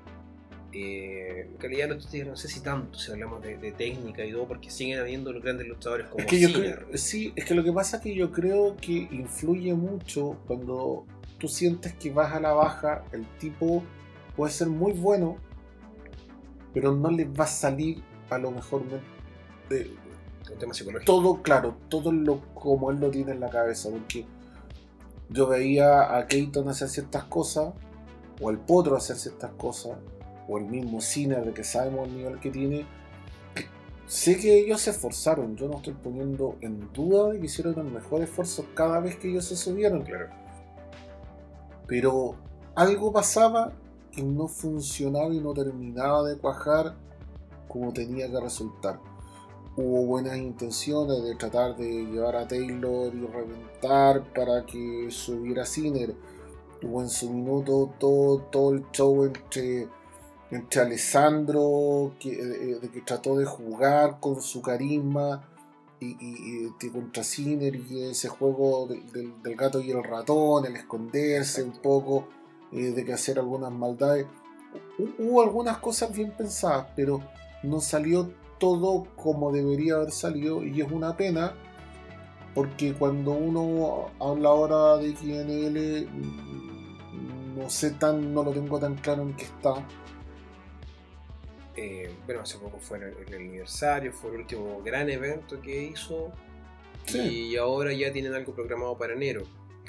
En realidad no sé si tanto si hablamos de técnica y todo, porque siguen habiendo los grandes luchadores como Sinner. Es que lo que pasa es que yo creo que influye mucho cuando tú sientes que vas a la baja, el tipo puede ser muy bueno, pero no le va a salir a lo mejor un tema psicológico. Todo, claro, todo lo como él lo tiene en la cabeza, porque yo veía a Keaton hacer ciertas cosas, o al Potro hacer ciertas cosas, o el mismo Sinner, de que sabemos el nivel que tiene. Sé que ellos se esforzaron, yo no estoy poniendo en duda de que hicieron el mejor esfuerzo cada vez que ellos se subieron. Claro. Pero algo pasaba que no funcionaba y no terminaba de cuajar como tenía que resultar. Hubo buenas intenciones de tratar de llevar a Taylor y reventar para que subiera Sinner. Hubo en su minuto todo el show entre Alessandro, de que trató de jugar con su carisma y contra Sinner, y ese juego del gato y el ratón, el esconderse un poco, de que hacer algunas maldades. Hubo algunas cosas bien pensadas, pero no salió todo como debería haber salido, y es una pena, porque cuando uno habla ahora de XNL, no lo tengo tan claro en qué está. Bueno, hace poco fue el aniversario, fue el último gran evento que hizo, y ahora ya tienen algo programado para enero.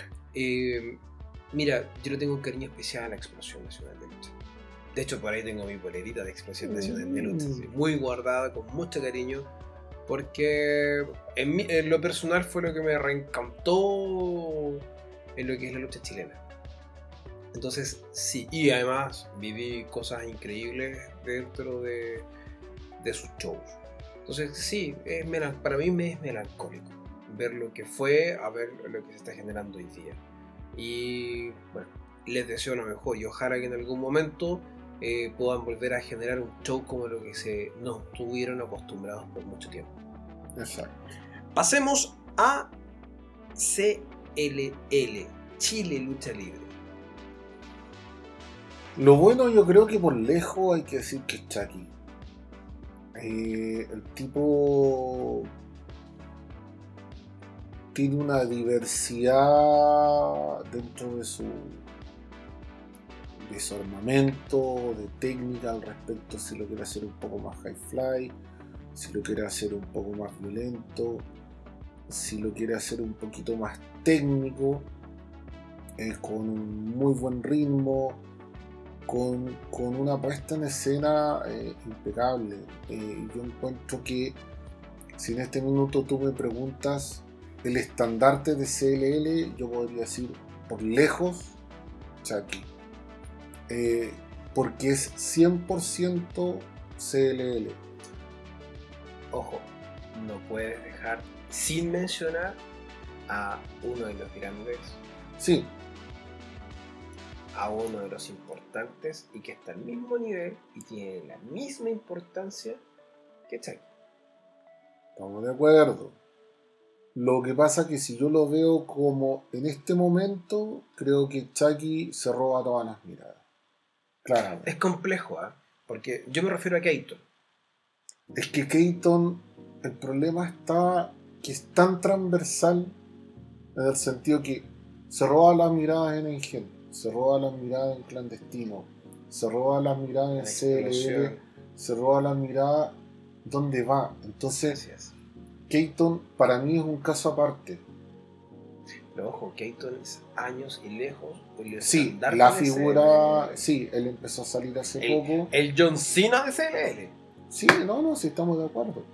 Mira, yo le tengo un cariño especial a la Explosión Nacional de Lucha. De hecho, por ahí tengo mi polerita de Explosión Nacional de Lucha, ¿sí? Muy guardada, con mucho cariño, porque en lo personal fue lo que me reencantó en lo que es la lucha chilena. Entonces, sí, y además viví cosas increíbles dentro de sus shows. Entonces, sí, para mí me es melancólico ver lo que fue a ver lo que se está generando hoy día. Y bueno, les deseo lo mejor y ojalá que en algún momento puedan volver a generar un show como lo que nos tuvieron acostumbrados por mucho tiempo. Exacto. Pasemos a CLL, Chile Lucha Libre. Lo bueno, yo creo que por lejos hay que decir que es Chucky. El tipo tiene una diversidad dentro de su armamento, de técnica al respecto, si lo quiere hacer un poco más high fly, si lo quiere hacer un poco más violento, si lo quiere hacer un poquito más técnico, con un muy buen ritmo, con una puesta en escena impecable. Yo encuentro que si en este minuto tú me preguntas el estandarte de CLL, yo podría decir por lejos Chucky, porque es 100% CLL. Ojo, no puedes dejar sin mencionar a uno de los grandes, sí, a uno de los importantes y que está al mismo nivel y tiene la misma importancia que Chucky. Estamos de acuerdo. Lo que pasa es que si yo lo veo como en este momento, creo que Chucky se roba todas las miradas. Claro. Es complejo, porque yo me refiero a Keaton. Es que Keaton, el problema está que es tan transversal en el sentido que se roba las miradas en Engen, se roba las miradas en Clandestino, se roba las miradas en CLL, se roba las miradas donde va. Entonces, Keaton para mí es un caso aparte. Pero ojo, Keaton es años y lejos. Sí, la figura, sí, él empezó a salir hace poco. El John Cena de CLL. Sí, sí, estamos de acuerdo.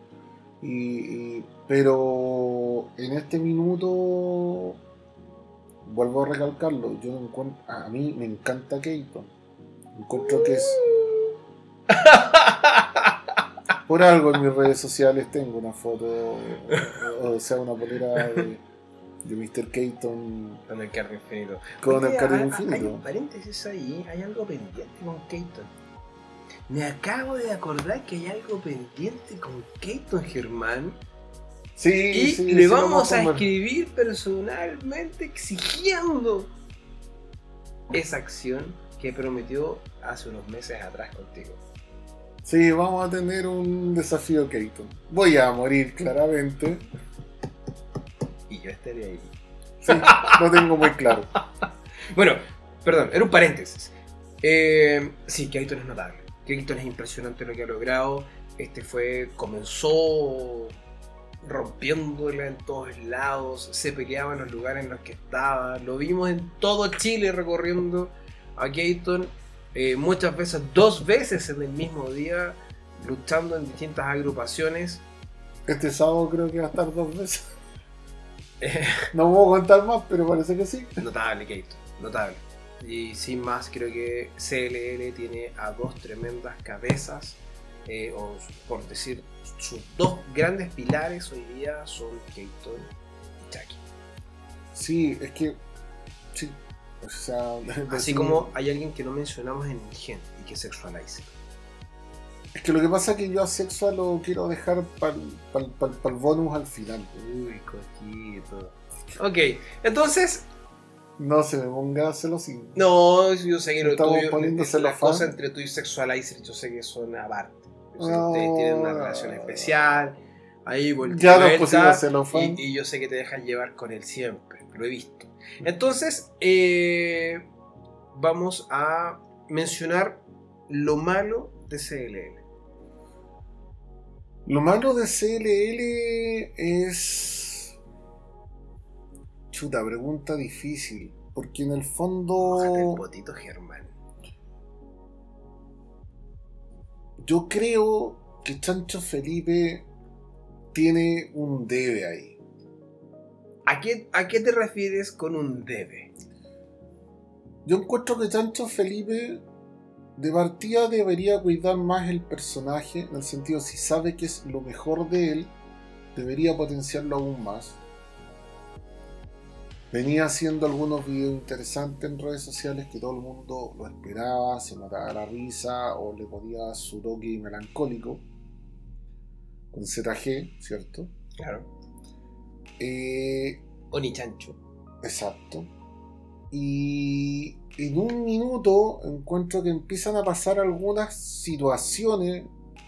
Pero en este minuto, vuelvo a recalcarlo, yo no encuentro, a mí me encanta Keaton. Encuentro que es Por algo en mis redes sociales tengo una foto, o sea, una polera de Mr. Keaton Con el carro infinito. con Oye, el carril hay infinito. un paréntesis ahí, hay algo pendiente con Keaton. Me acabo de acordar que hay algo pendiente con Keaton, Germán. Sí, Y sí, le sí, vamos a comer. escribir personalmente exigiendo esa acción que prometió hace unos meses atrás contigo. Sí, vamos a tener un desafío Keaton. Voy a morir claramente. Y yo estaré ahí. Sí, lo tengo muy claro. Bueno, perdón, era un paréntesis. Sí, Keaton es notable. Keaton es impresionante lo que ha logrado. Comenzó rompiéndola en todos lados, se peleaba en los lugares en los que estaba. Lo vimos en todo Chile recorriendo a Keaton. Muchas veces, 2 veces en el mismo día, luchando en distintas agrupaciones. Este sábado creo que va a estar 2 veces. No puedo contar más, pero parece que sí. Notable Keaton, notable. Y sin más, creo que CLL tiene a 2 tremendas cabezas, o por decir, sus 2 grandes pilares hoy día son Keaton y Chucky. Sí, es que. Sí. O sea, Así como hay alguien que no mencionamos en el gen y que es Sexualizer. Es que lo que pasa es que yo a Sexual lo quiero dejar para el bonus al final. Uy, coquito. Ok, entonces. No se me ponga celosín. No, yo sé que lo Estamos tuyo, poniéndose las los cosas fans. entre tú y Sexualizer, yo sé que son aparte. Yo sé que No. ustedes tienen una relación especial. Ahí Ya nos pusimos celofán. y yo sé que te dejan llevar con él siempre, lo he visto. Entonces, vamos a mencionar lo malo de CLL. Lo malo de CLL es. Chuta, pregunta difícil. Porque en el fondo. Mójate el potito, Germán. Yo creo que Chancho Felipe tiene un debe ahí. ¿A qué te refieres con un debe? Yo encuentro que Chancho Felipe de partida debería cuidar más el personaje, en el sentido, si sabe que es lo mejor de él, debería potenciarlo aún más. Venía haciendo algunos videos interesantes en redes sociales que todo el mundo lo esperaba, se mataba la risa o le ponía su toque melancólico con ZG, ¿cierto? Claro. Eh, Oni Chancho. Exacto. Y en un minuto encuentro que empiezan a pasar algunas situaciones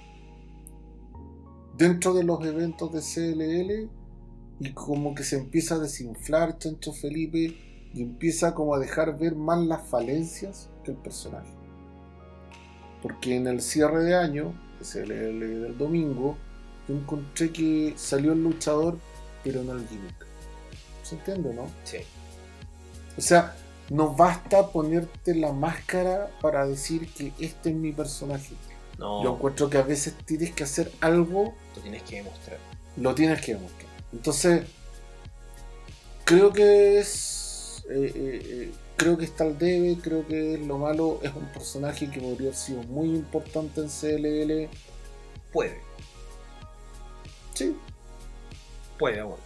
dentro de los eventos de CLL y como que se empieza a desinflar Chancho Felipe y empieza como a dejar ver más las falencias que el personaje. Porque en el cierre de año de CLL del domingo yo encontré que salió el luchador pero no el gimmick. ¿Se entiende, no? Sí. O sea, no basta ponerte la máscara para decir que este es mi personaje. No. Yo encuentro que a veces tienes que hacer algo. Lo tienes que demostrar. Lo tienes que demostrar. Entonces, creo que es. Creo que está al debe. Creo que lo malo es un personaje que podría haber sido muy importante en CLL. Puede. Sí. Puede, bueno.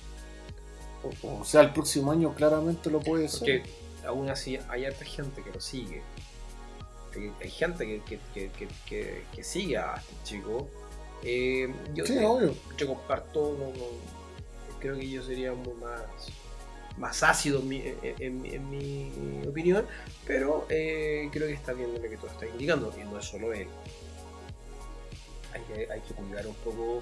O sea, el próximo año claramente lo puede ser. Porque aún así hay harta gente que lo sigue. Hay gente que sigue a este chico. Sí, obvio. Yo comparto, creo que yo sería más ácido en mi opinión, pero creo que está bien lo que tú estás indicando, y no es solo él. Hay que cuidar un poco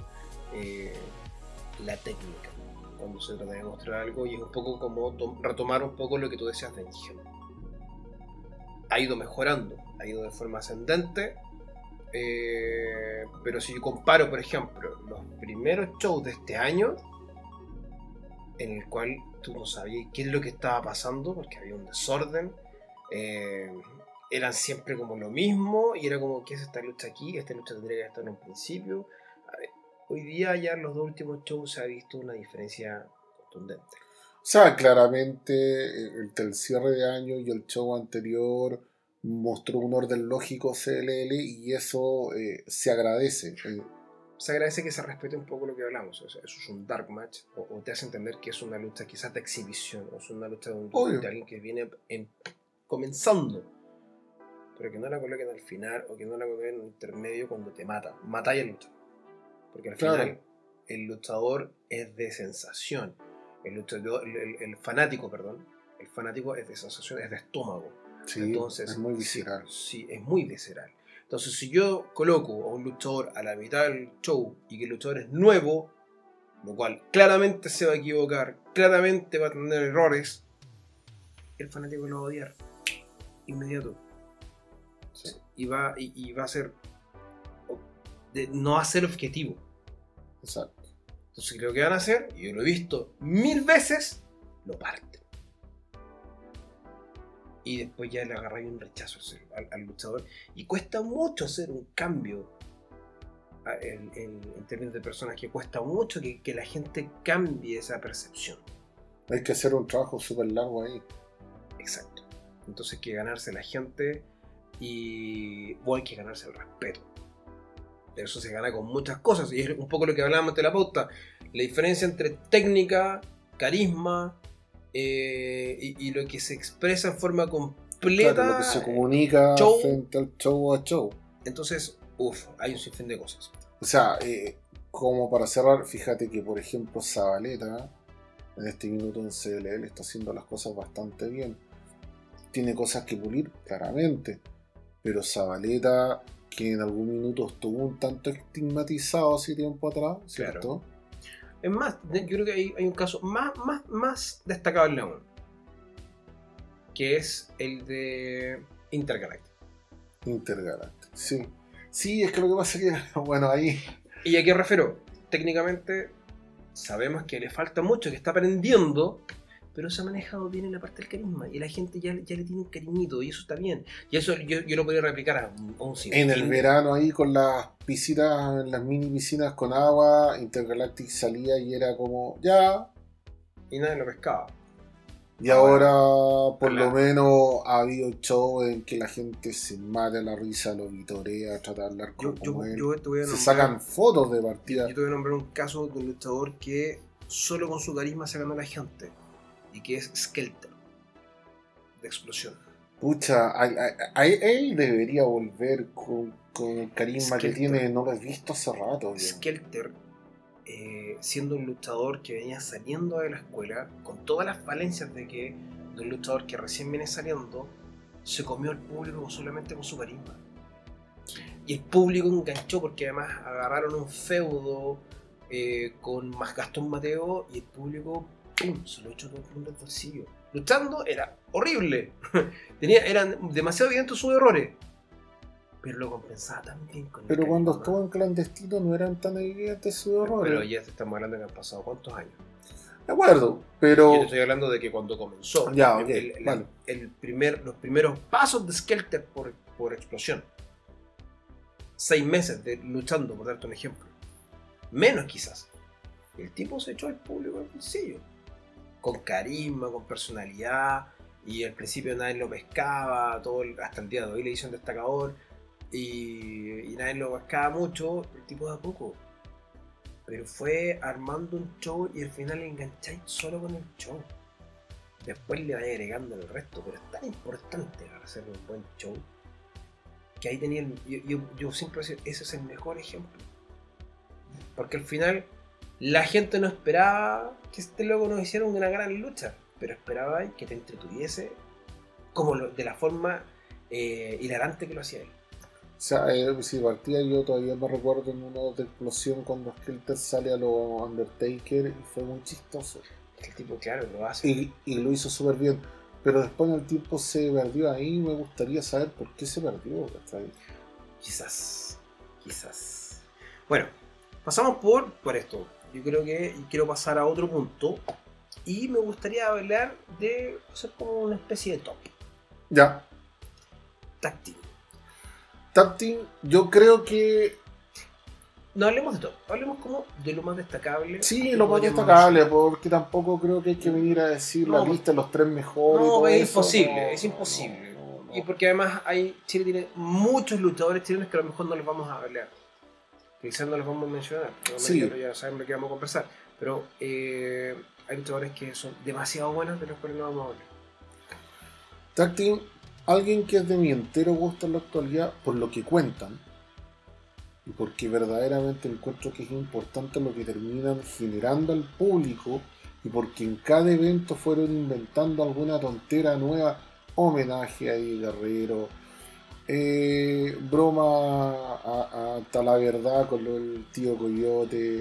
la técnica cuando se trata de mostrar algo, y es un poco como retomar un poco lo que tú decías de Ingen. Ha ido mejorando, ha ido de forma ascendente, pero si yo comparo, por ejemplo, los primeros shows de este año, en el cual tú no sabías qué es lo que estaba pasando, porque había un desorden, eran siempre como lo mismo, y era como, ¿qué es esta lucha aquí? Esta lucha tendría que estar en un principio. A ver, hoy día ya en los 2 últimos shows se ha visto una diferencia contundente. O sea, claramente entre el cierre de año y el show anterior mostró un orden lógico CLL y eso se agradece. Se agradece que se respete un poco lo que hablamos. O sea, eso es un dark match, o te hace entender que es una lucha quizás de exhibición, o es una lucha de alguien que viene comenzando, pero que no la coloquen al final o que no la coloquen en el intermedio cuando te matáis al luchador. Porque al final el luchador es de sensación. El fanático es de sensación, es de estómago. Sí, entonces, es muy visceral. Sí, es muy visceral. Entonces, si yo coloco a un luchador a la mitad del show y que el luchador es nuevo, lo cual claramente se va a equivocar, claramente va a tener errores, el fanático lo va a odiar inmediato. Sí. Y va a ser no va a ser objetivo. Exacto. Entonces, lo que van a hacer, y yo lo he visto 1000 veces, lo parten. Y después ya le agarráis un rechazo al luchador. Y cuesta mucho hacer un cambio en términos de personas, que cuesta mucho que la gente cambie esa percepción. Hay que hacer un trabajo súper largo ahí. Exacto. Entonces hay que ganarse la gente o hay que ganarse el respeto. Eso se gana con muchas cosas. Y es un poco lo que hablábamos de la pauta. La diferencia entre técnica, carisma... y lo que se expresa en forma completa, claro, lo que se comunica frente al show a show. Entonces, hay un sinfín de cosas. O sea, como para cerrar, fíjate que por ejemplo Zabaleta en este minuto en CLL está haciendo las cosas bastante bien. Tiene cosas que pulir, claramente, pero Zabaleta, que en algún minuto estuvo un tanto estigmatizado hace tiempo atrás, ¿cierto? Claro. Es más, yo creo que hay un caso más destacable aún, que es el de Intergalactic. Sí. Sí, es que lo que pasa es que, bueno, ahí... ¿Y a qué refiero? Técnicamente sabemos que le falta mucho, que está aprendiendo, pero se ha manejado bien en la parte del carisma, y la gente ya le tiene un cariñito, y eso está bien. Y eso yo lo podría replicar a un sinfín. En el verano ahí con las piscinas, las mini piscinas con agua, Intergalactic salía y era como, ya. Y nadie lo pescaba. Y ahora por lo menos ha habido show en que la gente se mata la risa, lo vitorea, trata de hablar como él. Se sacan fotos de partida. Yo te voy a nombrar un caso de un luchador que solo con su carisma se ganó a la gente, y que es Skelter, de Explosión. Pucha, él debería volver con el carisma que tiene, no lo he visto hace rato. Skelter, siendo un luchador que venía saliendo de la escuela, con todas las falencias de un luchador que recién viene saliendo, se comió al público solamente con su carisma. Y el público enganchó, porque además agarraron un feudo con más Gastón Mateo, y el público se lo echó todo el mundo al bolsillo. Luchando era horrible. Eran demasiado evidentes sus errores, pero lo compensaba tan bien con el Pero cuando carisma. estuvo en clandestino no eran tan evidentes sus errores. Pero ya te estamos hablando de que han pasado ¿cuántos años? De acuerdo, pero... Yo te estoy hablando de que cuando comenzó, ya, okay, vale. Los primeros pasos de Skelter por Explosión, 6 meses luchando, por darte un ejemplo, menos quizás, el tipo se echó al público al bolsillo, con carisma, con personalidad, y al principio nadie lo pescaba, hasta el día de hoy le hizo un destacador, y nadie lo pescaba mucho, el tipo de a poco. Pero fue armando un show y al final le engancháis solo con el show. Después le vais agregando el resto, pero es tan importante para hacer un buen show que ahí tenía yo siempre decía, ese es el mejor ejemplo. Porque al final la gente no esperaba que este loco nos hiciera una gran lucha, pero esperaba que te entretuviese como de la forma hilarante que lo hacía él. O sea, si partía, yo todavía me recuerdo en uno de Explosión cuando Skelter sale a los Undertaker y fue muy chistoso. El tipo, claro, lo hace. Y lo hizo súper bien. Pero después en el tiempo se perdió ahí. Me gustaría saber por qué se perdió. ¿Cachai? Quizás. Bueno, pasamos por esto. Yo creo que quiero pasar a otro punto. Y me gustaría hablar de hacer como una especie de top. Ya. Tag team. Tag team, yo creo que... No hablemos de todo, hablemos como de lo más destacable. Sí, lo más destacable, porque tampoco creo que hay que venir a decir la lista de los 3 mejores. No, y todo es eso. imposible, es imposible. Y porque además Chile tiene muchos luchadores chilenos que a lo mejor no los vamos a hablar. Quizás no los vamos a mencionar. Sí. Ya saben lo que vamos a conversar. Pero hay luchadores que son demasiado buenos de los cuales no vamos a hablar. Tag Team, alguien que es de mi entero gusto en la actualidad, por lo que cuentan, y porque verdaderamente encuentro que es importante lo que terminan generando al público, y porque en cada evento fueron inventando alguna tontera nueva, homenaje a Eddie Guerrero, broma hasta la verdad con lo del tío Coyote,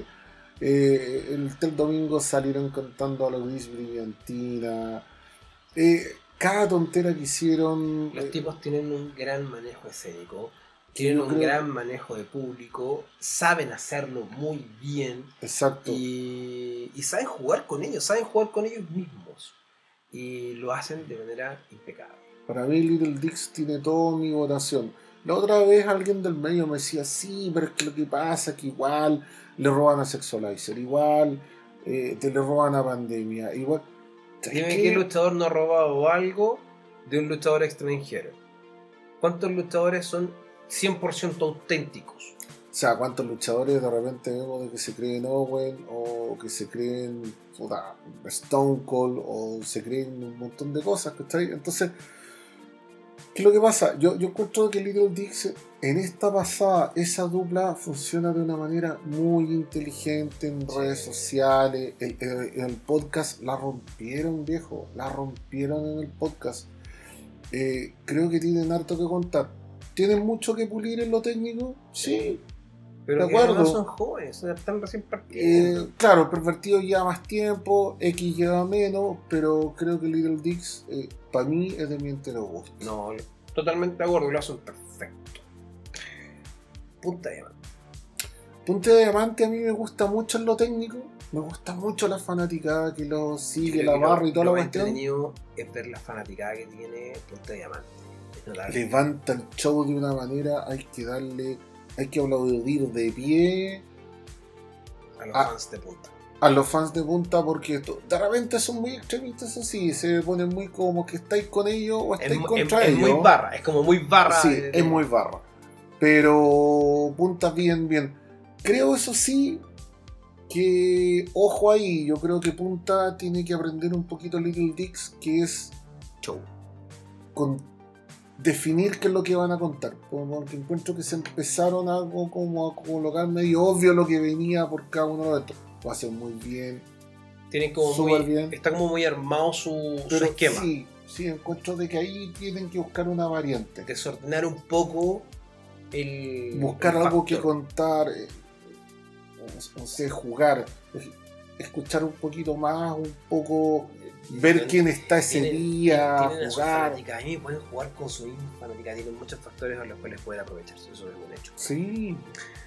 el domingo salieron cantando a la Luis Brillantina, cada tontera que hicieron. Los tipos tienen un gran manejo escénico, tienen un gran manejo de público, saben hacerlo muy bien. Exacto. Y saben jugar con ellos mismos. Y lo hacen de manera impecable. Para mí Little Dix tiene toda mi votación. La otra vez alguien del medio me decía, sí, pero es que lo que pasa es que igual le roban a Sexualizer, igual te le roban a Pandemia, igual... Dime qué luchador no ha robado algo de un luchador extranjero. ¿Cuántos luchadores son 100% auténticos? O sea, ¿cuántos luchadores de repente vemos de que se creen Owen o que se creen Stone Cold o se creen un montón de cosas, ¿cachai? Entonces, ¿qué es lo que pasa? Yo encuentro que Little Dix en esta pasada, esa dupla funciona de una manera muy inteligente en redes sociales. El podcast la rompieron, viejo. La rompieron en el podcast. Creo que tienen harto que contar. ¿Tienen mucho que pulir en lo técnico? Sí. Pero de acuerdo. No son jóvenes, están recién partiendo. Claro, el pervertido lleva más tiempo, X lleva menos, pero creo que Little Dix, para mí, es de mi entero gusto. No, totalmente de acuerdo, lo hacen perfecto. Punta de Diamante. Punta de Diamante a mí me gusta mucho en lo técnico, me gusta mucho la fanaticada que lo sigue, la barra y toda la cuestión. Lo entretenido es ver la fanaticada que tiene Punta de Diamante. Levanta el show de una manera, hay que aplaudir de pie a los fans de punta. A los fans de punta, porque de repente son muy extremistas así, se ponen muy como que estáis con ellos o estáis contra ellos. Es muy barra, es como muy barra. Sí, es muy barra. Pero punta bien. Creo eso sí que, ojo ahí, yo creo que punta tiene que aprender un poquito Little Dix, que es show. Con definir qué es lo que van a contar, porque encuentro que se empezaron algo como a colocar medio obvio lo que venía por cada uno de estos. Lo hacen muy bien, tienen como bien. Está como muy armado su esquema. Sí, encuentro de que ahí tienen que buscar una variante, desordenar un poco buscar algo que contar, no sé, jugar, escuchar un poquito más, un poco ver quién está ese día, tienen jugar. A mí pueden jugar con su fanática, tienen muchos factores a los cuales pueden aprovecharse, eso es un hecho. Sí.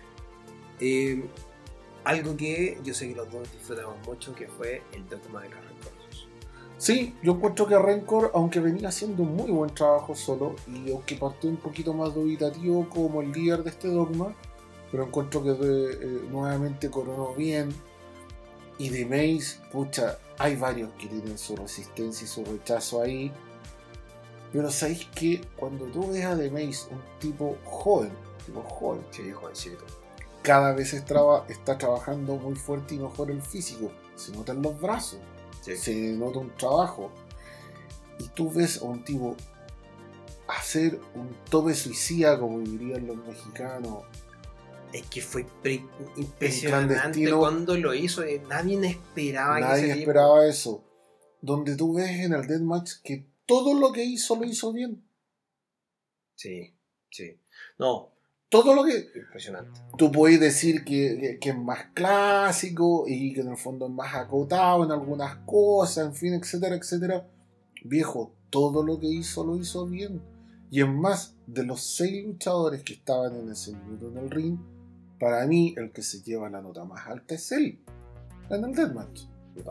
Algo que yo sé que los dos disfrutamos mucho, que fue el dogma de los Rencorosos. Sí, yo encuentro que Rancor, aunque venía haciendo un muy buen trabajo solo, y aunque partió un poquito más dubitativo como el líder de este dogma, pero encuentro que nuevamente coronó bien. Y de Mace, pucha, hay varios que tienen su resistencia y su rechazo ahí. Pero sabéis que cuando tú ves a The Mace, un tipo joven, sí, jovencito, cada vez está trabajando muy fuerte y mejor el físico. Se nota en los brazos, se nota un trabajo. Y tú ves a un tipo hacer un tope suicida, como dirían los mexicanos. Es que fue impresionante cuando lo hizo. Nadie esperaba eso. Donde tú ves en el Deathmatch que todo lo que hizo lo hizo bien. Sí. No. Todo lo que... Impresionante. Tú puedes decir que es más clásico y que en el fondo es más acotado en algunas cosas, en fin, etcétera. Viejo, todo lo que hizo lo hizo bien. Y en más, de los 6 luchadores que estaban en ese minuto en el ring, para mí, el que se lleva la nota más alta es él, en el Deathmatch.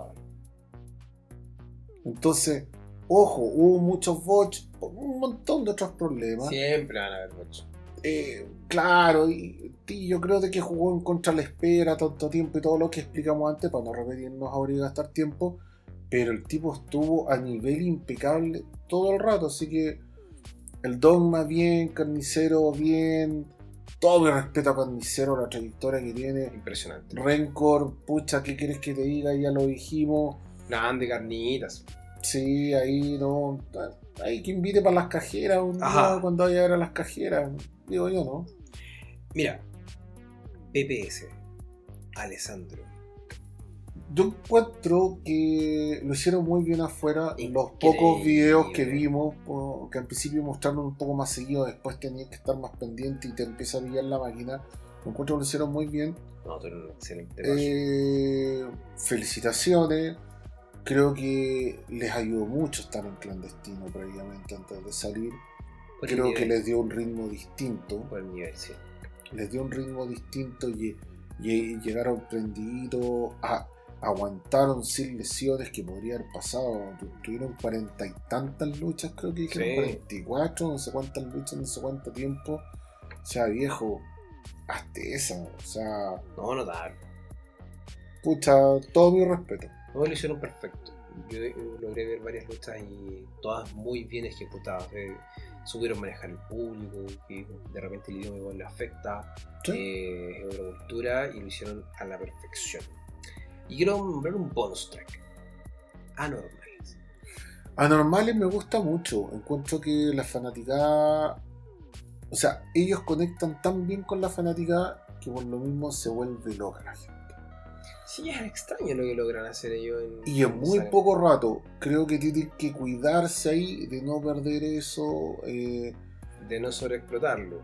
Entonces, ojo, hubo muchos bots, un montón de otros problemas. Siempre van a haber bots. Claro, y yo creo de que jugó en contra de la espera tanto tiempo y todo lo que explicamos antes, para no repetirnos ahora y gastar tiempo. Pero el tipo estuvo a nivel impecable todo el rato, así que El Dogma bien, Carnicero bien. Todo mi respeto a Carnicero, la trayectoria que tiene. Impresionante. Rencor, pucha, ¿qué quieres que te diga? Ya lo dijimos. Grande carnitas. Sí, ahí no. Hay que invite para las cajeras un día cuando vaya a ver a las cajeras. Digo yo, ¿no? Mira, PPS, Alessandro. Yo encuentro que lo hicieron muy bien afuera. Increíble. Los pocos videos que vimos, que al principio mostraron un poco más seguido, después tenías que estar más pendiente y te empieza a pillar la máquina. Lo encuentro que lo hicieron muy bien. No, tú eres un excelente felicitaciones. Creo que les ayudó mucho estar en clandestino previamente antes de salir. Creo que les dio un ritmo distinto. Por el nivel, sí. Les dio un ritmo distinto y llegaron prendiditos, aguantaron sin lesiones, que podría haber pasado. Tuvieron 40 y tantas luchas, creo que dijeron, 44, no sé cuántas luchas, no sé cuánto tiempo. O sea, viejo, hazte esa, o sea... No, notable. Pucha, todo mi respeto. No, lo hicieron perfecto. Yo logré ver varias luchas y todas muy bien ejecutadas. Supieron manejar el público, que de repente el idioma igual le afecta, ¿Sí? Es otra cultura, y lo hicieron a la perfección. Y quiero nombrar un bonus track. Anormales. Anormales me gusta mucho. Encuentro que la fanaticada... O sea, ellos conectan tan bien con la fanaticada que por lo mismo se vuelve loca la gente. Sí, es extraño lo que logran hacer ellos y en muy poco rato. Creo que tienen que cuidarse ahí de no perder eso, de no sobreexplotarlo.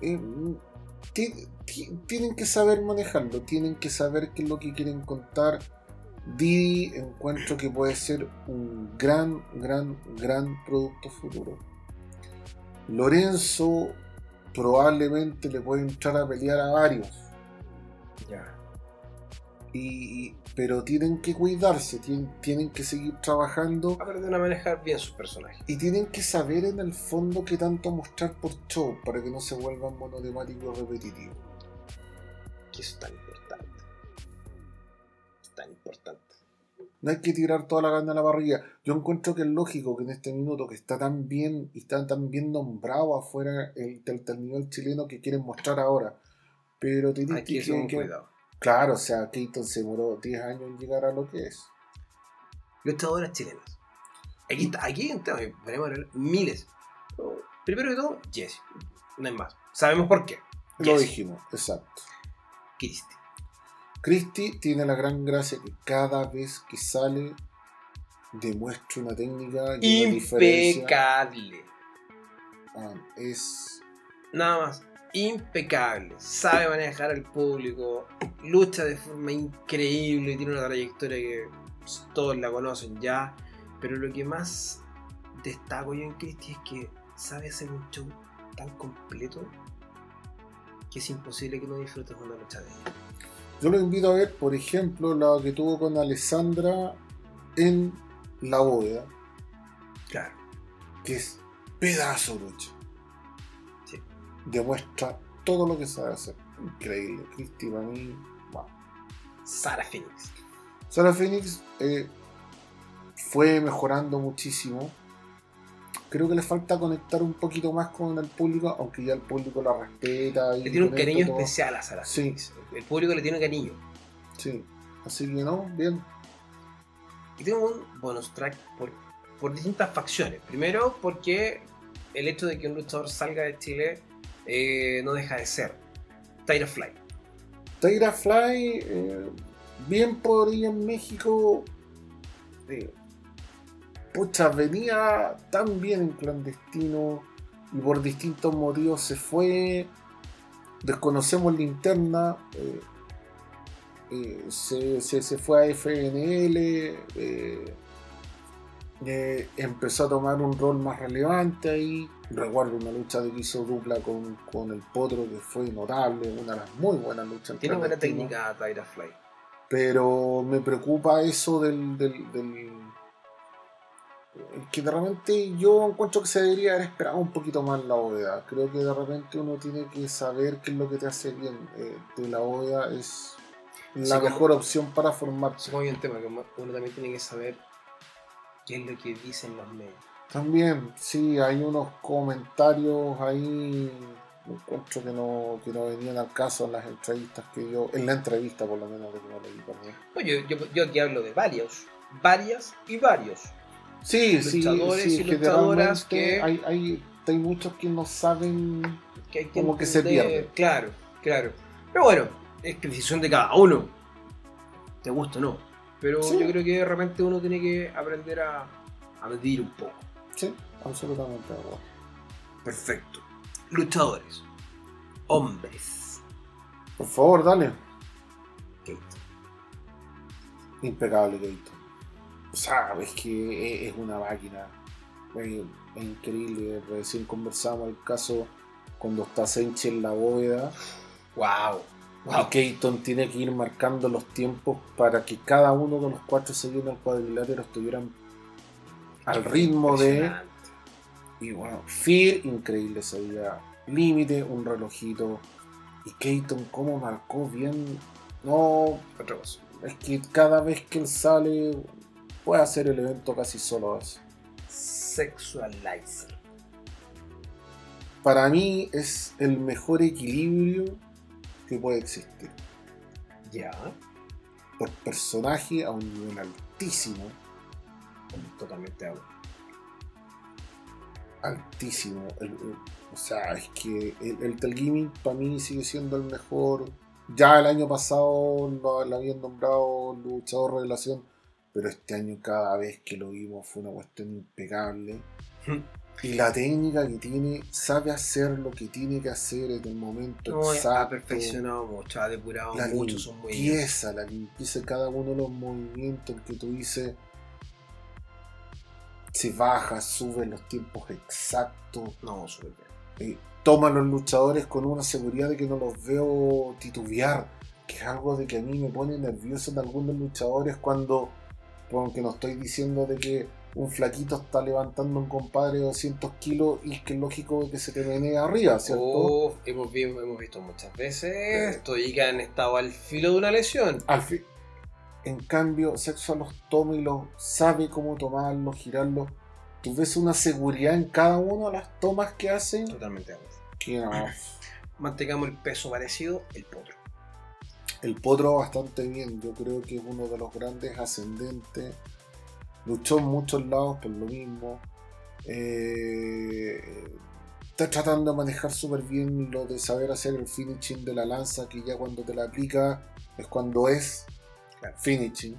Tienen que saber manejarlo, tienen que saber qué es lo que quieren contar. Didi encuentro que puede ser un gran producto futuro. Lorenzo probablemente le puede entrar a pelear a varios. Ya. Pero tienen que cuidarse, tienen que seguir trabajando. Aprender a manejar bien sus personajes. Y tienen que saber en el fondo qué tanto mostrar por show para que no se vuelvan monotemáticos repetitivos. Que eso es tan importante. Es tan importante. No hay que tirar toda la carne a la parrilla. Yo encuentro que es lógico que en este minuto que está tan bien y está tan bien nombrado afuera el nivel chileno que quieren mostrar ahora. Pero hay que tener cuidado. Claro, o sea, Keaton se demoró 10 años en llegar a lo que es. Luchadoras chilenas. Aquí hay un tema, podemos hablar miles. Primero que todo, Jessie. No hay más. Sabemos por qué. Lo dijimos, exacto. Christy tiene la gran gracia que cada vez que sale demuestra una técnica y una impecable. Es nada más. Impecable, sabe manejar al público, lucha de forma increíble, tiene una trayectoria que todos la conocen ya, pero lo que más destaco yo en Christy es que sabe hacer un show tan completo que es imposible que no disfrutes una lucha de ella. Yo lo invito a ver, por ejemplo, la que tuvo con Alessandra en La Bóveda. Claro. Que es pedazo de lucha. Sí. Demuestra todo lo que sabe hacer. Increíble. Christy para mí, wow. Sarah Phoenix. Sarah Phoenix fue mejorando muchísimo. Creo que le falta conectar un poquito más con el público, aunque ya el público la respeta. Le tiene un cariño especial a Sarah Phoenix. Sí. El público le tiene cariño. Sí. Así que no, bien. Y tengo un bonus track por distintas facciones. Primero, porque el hecho de que un luchador salga de Chile no deja de ser Tyra Fly. Tyra Fly, bien por ella en México. Pucha, venía tan bien en clandestino y por distintos motivos se fue. Desconocemos la interna. Se fue a FNL. Empezó a tomar un rol más relevante ahí. Recuerdo una lucha que hizo dupla con el Potro que fue notable, una de las muy buenas luchas. Tiene buena técnica Tyra Fly. Pero me preocupa eso del que de repente yo encuentro que se debería haber esperado un poquito más la bóveda. Creo que de repente uno tiene que saber qué es lo que te hace bien. De la bóveda es la mejor opción para formarse. Supongo que hay un tema que uno también tiene que saber qué es lo que dicen los medios. También, sí, hay unos comentarios ahí, encuentro que no venían al caso en las entrevistas en la entrevista por lo menos de que no leí también. No, yo aquí hablo de varias y varios Sí, luchadores y luchadoras generalmente hay muchos que no saben, que hay que como entender, que se pierden. Claro. Pero bueno, es decisión de cada uno, te gusta o no. Pero Sí. yo creo que de repente uno tiene que aprender a medir un poco. Sí, absolutamente de acuerdo. Perfecto. Luchadores. Hombres. Por favor, dale. Keito. Impecable Keito. O sea, es que es una máquina. Es increíble. Recién conversamos el caso cuando está Senchi en la bóveda. Wow. Y Keaton tiene que ir marcando los tiempos para que cada uno de los 4 seguidos del cuadrilátero estuvieran al ritmo de. Y bueno, Fear, increíble ese día. Límite, un relojito. Y Keaton, cómo marcó bien. No, Otra cosa. es que cada vez que él sale, puede hacer el evento casi solo así. Sexualizer. Para mí es el mejor equilibrio que puede existir. Ya. Por personaje a un nivel altísimo. Totalmente agua. Altísimo. O sea, es que el Tel Gimmick para mí sigue siendo el mejor. Ya el año pasado lo habían nombrado luchador revelación, pero este año cada vez que lo vimos fue una cuestión impecable. Y la técnica que tiene, sabe hacer lo que tiene que hacer en el momento exacto. Ha perfeccionado mucho, ha depurado mucho sus movimientos. La limpieza de cada uno de los movimientos que tú dices. Se baja, sube los tiempos exactos. No, súper bien. Toma a los luchadores con una seguridad de que no los veo titubear, que es algo de que a mí me pone nervioso en algunos luchadores cuando, aunque no estoy diciendo de que un flaquito está levantando a un compadre de 200 kilos y que es lógico que se te menee arriba, ¿cierto? Hemos visto muchas veces esto y que han estado al filo de una lesión. En cambio, Sexo los toma y los sabe cómo tomarlos, girarlos. Tú ves una seguridad en cada una de las tomas que hacen. Totalmente de acuerdo. Que no. Mantengamos el peso parecido, el potro. El potro bastante bien. Yo creo que es uno de los grandes ascendentes. Luchó en muchos lados por lo mismo. Está tratando de manejar súper bien lo de saber hacer el finishing de la lanza, que ya cuando te la aplica es cuando es finishing.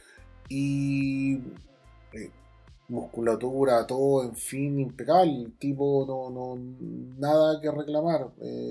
Y musculatura, todo, en fin, impecable. El tipo no nada que reclamar.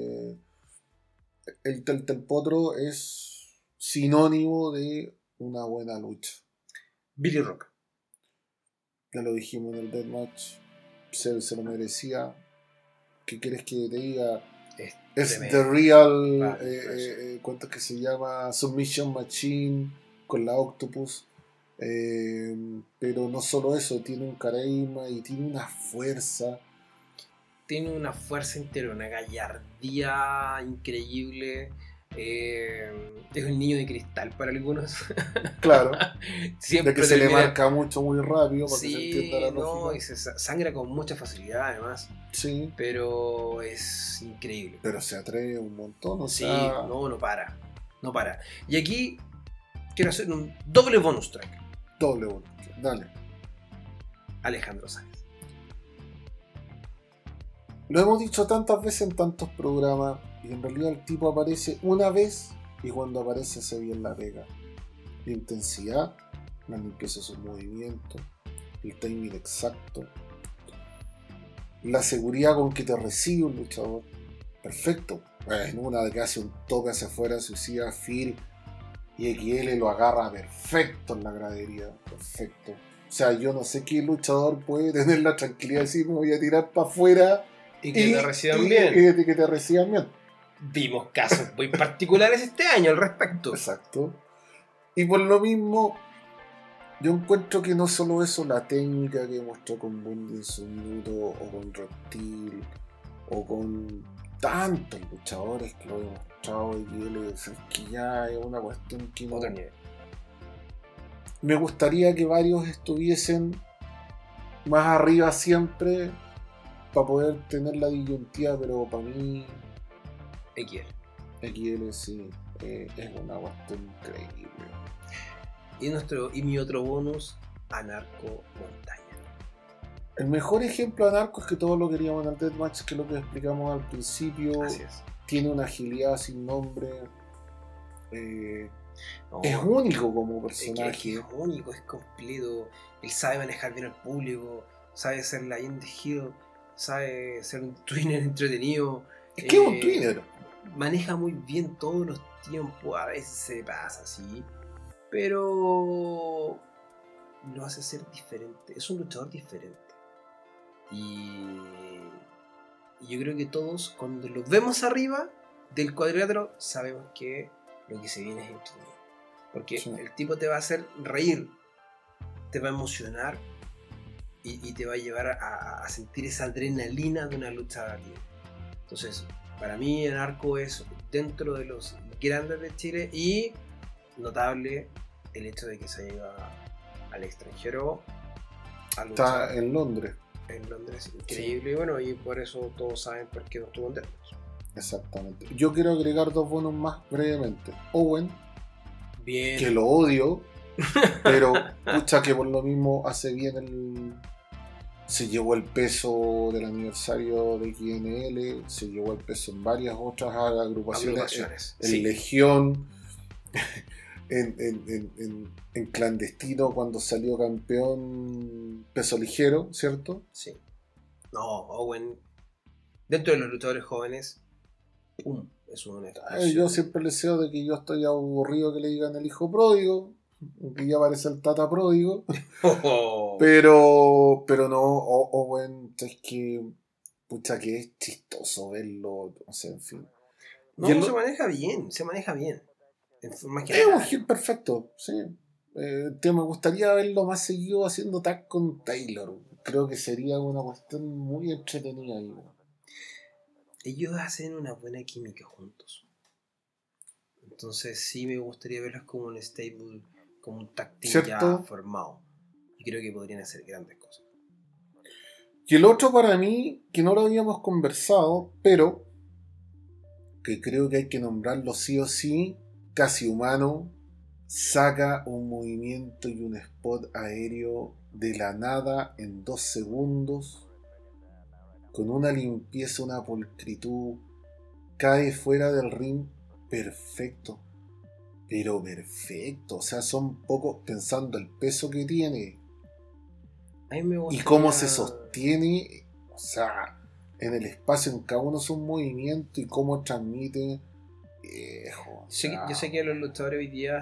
El potro es sinónimo de una buena lucha. Billy Rock. Ya lo dijimos en el Deathmatch. Se lo merecía. ¿Qué quieres que te diga? Es The Real. ¿Cuánto es que se llama? Submission Machine con la Octopus. Pero no solo eso, tiene un carisma y tiene una fuerza. Tiene una fuerza interior, una gallardía increíble. Es un niño de cristal para algunos. Claro. Siempre de que se le marca mucho muy rápido para que se entienda la lógica. Y se sangra con mucha facilidad además. Sí. Pero es increíble. Pero se atreve un montón, no para. No para. Y aquí quiero hacer un doble bonus track. Doble bonus track, dale. Alejandro Sáenz. Lo hemos dicho tantas veces en tantos programas y en realidad el tipo aparece una vez y cuando aparece se bien la pega. La intensidad, la limpieza de sus movimientos, el timing exacto, la seguridad con que te recibe un luchador. Perfecto. En una de que hace un toque hacia afuera, suicida, Fear y XL lo agarra perfecto en la gradería. Perfecto. O sea, yo no sé qué luchador puede tener la tranquilidad de decir me voy a tirar para afuera y que te reciban bien. Que te reciban bien. Vimos casos muy particulares este año al respecto. Exacto. Y por lo mismo, yo encuentro que no solo eso, la técnica que mostró con Bundy en su minuto, o con Reptil, o con tantos luchadores que lo he mostrado, y que ya es una cuestión que no. Me gustaría que varios estuviesen más arriba siempre para poder tener la disyuntiva, pero para mí XL sí es una cuestión increíble. Y mi otro bonus, Anarco Montaña. El mejor ejemplo de Anarco es que todos lo queríamos en el Deathmatch, que es lo que explicamos al principio. Así es. Tiene una agilidad sin nombre. No, es único como personaje. Es único, es completo. Él sabe manejar bien al público, sabe ser la in the hill, sabe ser un twinner entretenido. Es que es un twinner. Maneja muy bien todos los tiempos, a veces se pasa así, pero lo hace ser diferente. Es un luchador diferente. Y yo creo que todos, cuando lo vemos arriba del cuadrilátero, sabemos que lo que se viene es entretenido. Porque sí, el tipo te va a hacer reír, te va a emocionar y te va a llevar a sentir esa adrenalina de una lucha libre. Entonces, para mí Anarco es dentro de los grandes de Chile, y notable el hecho de que se lleva al extranjero a luchar. Está en Londres. En Londres, increíble, sí. Y bueno, y por eso todos saben por qué no estuvo en Deathmatch. Exactamente. Yo quiero agregar dos bonos más brevemente. Owen, bien, que lo odio, pero pucha que por lo mismo hace bien se llevó el peso del aniversario de XNL, se llevó el peso en varias otras agrupaciones. En sí. Legión, en clandestino cuando salió campeón peso ligero, ¿cierto? Sí. No, Owen, dentro de los luchadores jóvenes, ¡pum! Es un yo siempre les deseo de que yo estoy aburrido que le digan el hijo pródigo, que ya parece el tata pródigo. Pero no, Owen, es que pucha que es chistoso verlo, no sé, en fin. No, se maneja bien. Es un heel perfecto, sí. Me gustaría verlo más seguido haciendo tag con Taylor. Creo que sería una cuestión muy entretenida ahí. Ellos hacen una buena química juntos. Entonces sí me gustaría verlos como un stable, como un tag team ya formado. Y creo que podrían hacer grandes cosas. Y el otro para mí, que no lo habíamos conversado, pero que creo que hay que nombrarlo sí o sí, Casi Humano saca un movimiento y un spot aéreo de la nada en 2 segundos, con una limpieza, una pulcritud, cae fuera del ring perfecto, pero perfecto. O sea, son pocos, pensando el peso que tiene y cómo se sostiene, o sea, en el espacio, en cada uno de sus movimientos y cómo transmite. Yo sé que los luchadores hoy día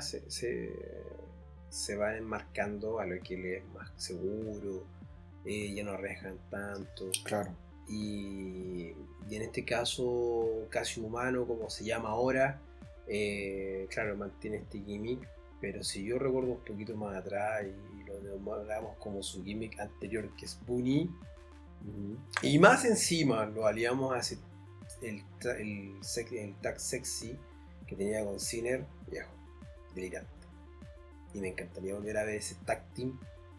se van enmarcando a lo que les es más seguro, ya no arriesgan tanto. Claro. Y en este caso, Casi Humano, como se llama ahora, claro, mantiene este gimmick, pero si yo recuerdo un poquito más atrás y lo nombramos como su gimmick anterior, que es Bunny, y más encima lo aliamos a el tag sexy que tenía con Sinner, viejo, delirante. Y me encantaría volver a ver ese tag team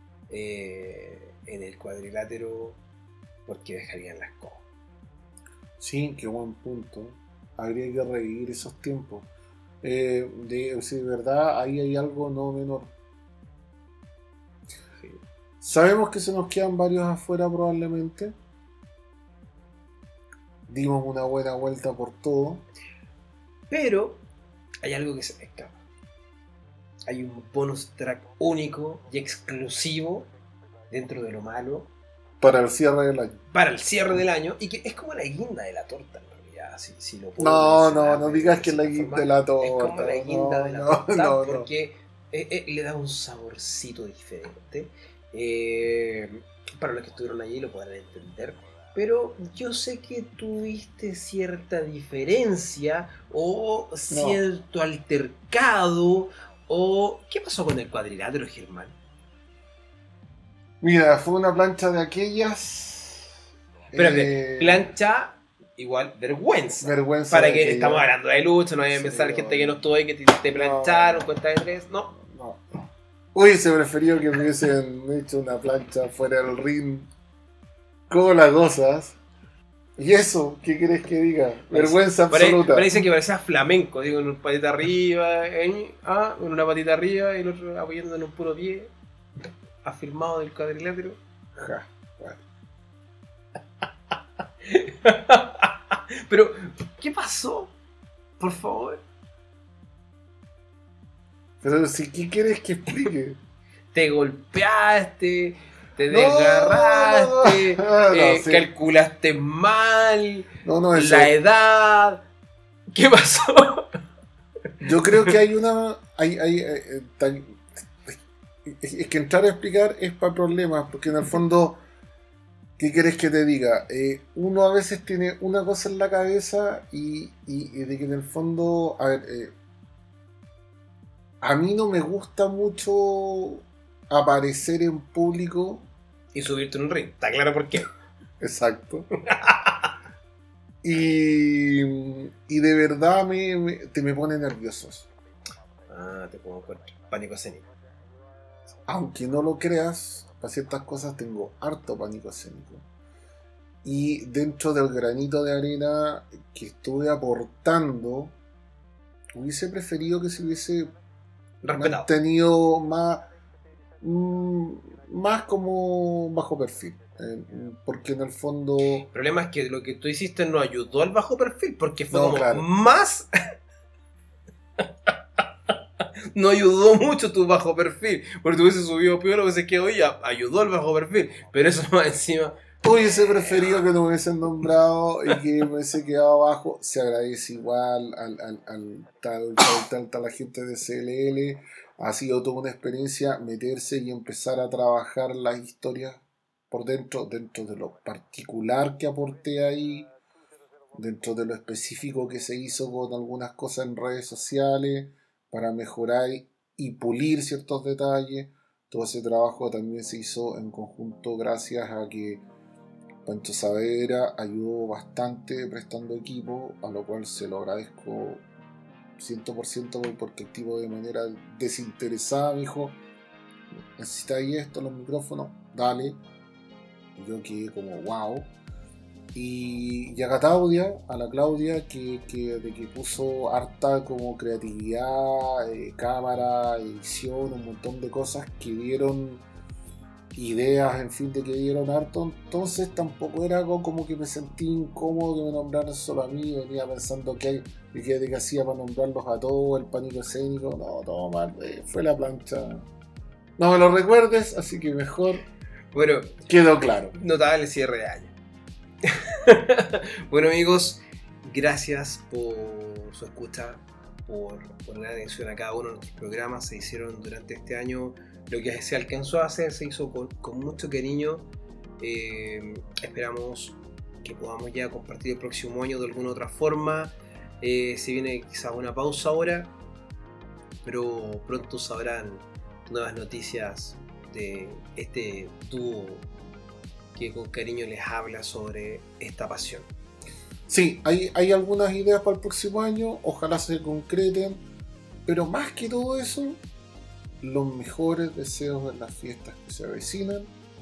en el cuadrilátero, porque dejarían las cosas. Sí, qué buen punto. Habría que revivir esos tiempos. Si de verdad ahí hay algo no menor. Sí. Sabemos que se nos quedan varios afuera probablemente. Dimos una buena vuelta por todo. Pero hay algo que se me escapa. Hay un bonus track único y exclusivo dentro de lo malo. Para el cierre del año. Para el cierre del año. Y que es como la guinda de la torta, en realidad. Si lo no digas que es la guinda de la torta. Es como la guinda de la torta porque le da un saborcito diferente. Para los que estuvieron allí lo podrán entender. Pero yo sé que tuviste cierta diferencia o cierto altercado. O ¿qué pasó con el cuadrilátero, Germán? Mira, fue una plancha de aquellas. Espérate, plancha igual vergüenza. Para que estamos hablando de lucha, no hay que pensar gente que no estuvo ahí que te plancharon, cuenta de 3. No. Hubiese preferido que me hubiesen hecho una plancha fuera del ring. ¿Cómo las cosas? ¿Y eso? ¿Qué querés que diga? Vergüenza absoluta. Parece que parecía flamenco, digo, con una patita arriba, con una patita arriba y el otro apoyando en un puro pie, afirmado del cuadrilátero. Ja, bueno. Pero, ¿qué pasó? Por favor. Pero si, ¿qué quieres que explique? Te golpeaste, te desgarraste, Sí. calculaste mal, Eso. la edad. ¿Qué pasó? Yo creo que hay una. Es que entrar a explicar es para problemas, porque en el fondo, ¿qué quieres que te diga? Uno a veces tiene una cosa en la cabeza y de que en el fondo, a ver, a mí no me gusta mucho aparecer en público. Y subirte en un ring, está claro por qué. Exacto. Y de verdad me pone nervioso. Te pongo pánico escénico. Aunque no lo creas, para ciertas cosas tengo harto pánico escénico. Y dentro del granito de arena que estuve aportando, hubiese preferido que se hubiese mantenido más como bajo perfil. Porque en el fondo... El problema es que lo que tú hiciste no ayudó al bajo perfil, porque fue claro. más... No ayudó mucho tu bajo perfil, porque tú hubiese subido peor, hubiese quedado y ayudó al bajo perfil, pero eso más encima... Hubiese preferido que no me hubiesen nombrado y que me hubiese quedado abajo. Se agradece igual al tal agente de CLL. Ha sido toda una experiencia meterse y empezar a trabajar las historias por dentro de lo particular que aporté ahí, dentro de lo específico que se hizo con algunas cosas en redes sociales para mejorar y pulir ciertos detalles. Todo ese trabajo también se hizo en conjunto gracias a que Pancho Saavedra ayudó bastante prestando equipo, a lo cual se lo agradezco 100% porque activo de manera desinteresada. Me dijo, ¿necesitáis esto, los micrófonos? Dale. Y yo quedé como wow. Y a la Claudia que puso harta como creatividad, cámara, edición, un montón de cosas que dieron ideas, en fin, de que dieron harto. Entonces tampoco era algo como que me sentí incómodo que me nombraran solo a mí. Venía pensando que hacía para nombrarlos a todos, el pánico escénico. No, todo mal, fue la plancha. No me lo recuerdes, así que mejor. Bueno, quedó claro. Notable cierre de año. Bueno, amigos, gracias por su escucha, por poner atención a cada uno de nuestros programas. Se hicieron durante este año. Lo que se alcanzó a hacer se hizo con mucho cariño. Esperamos que podamos ya compartir el próximo año de alguna otra forma. Se viene quizás una pausa ahora, pero pronto sabrán nuevas noticias de este dúo que con cariño les habla sobre esta pasión. Sí, hay algunas ideas para el próximo año, ojalá se concreten, pero más que todo eso, los mejores deseos en las fiestas que se avecinan,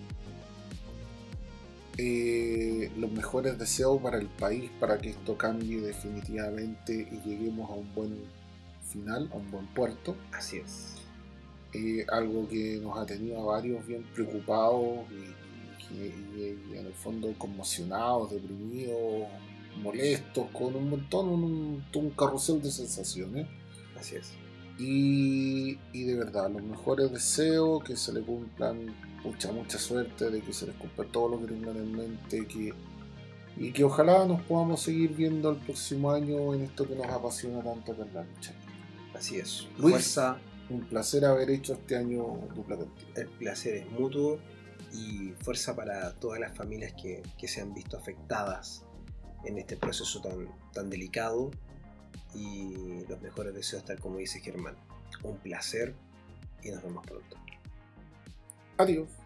los mejores deseos para el país, para que esto cambie definitivamente y lleguemos a un buen final, a un buen puerto. Así es. Algo que nos ha tenido a varios bien preocupados y en el fondo conmocionados, deprimidos, molestos, con un montón, un carrusel de sensaciones. Así es. Y de verdad, los mejores deseos, que se le cumplan, mucha suerte, de que se les cumpla todo lo que tengan en mente, y que ojalá nos podamos seguir viendo el próximo año en esto que nos apasiona tanto, que es la lucha. Así es. Luis, fuerza. Un placer haber hecho este año dupla contigo. El placer es mutuo y fuerza para todas las familias que se han visto afectadas en este proceso tan delicado, y los mejores deseos, tal como dice Germán. Un placer y nos vemos pronto. Adiós.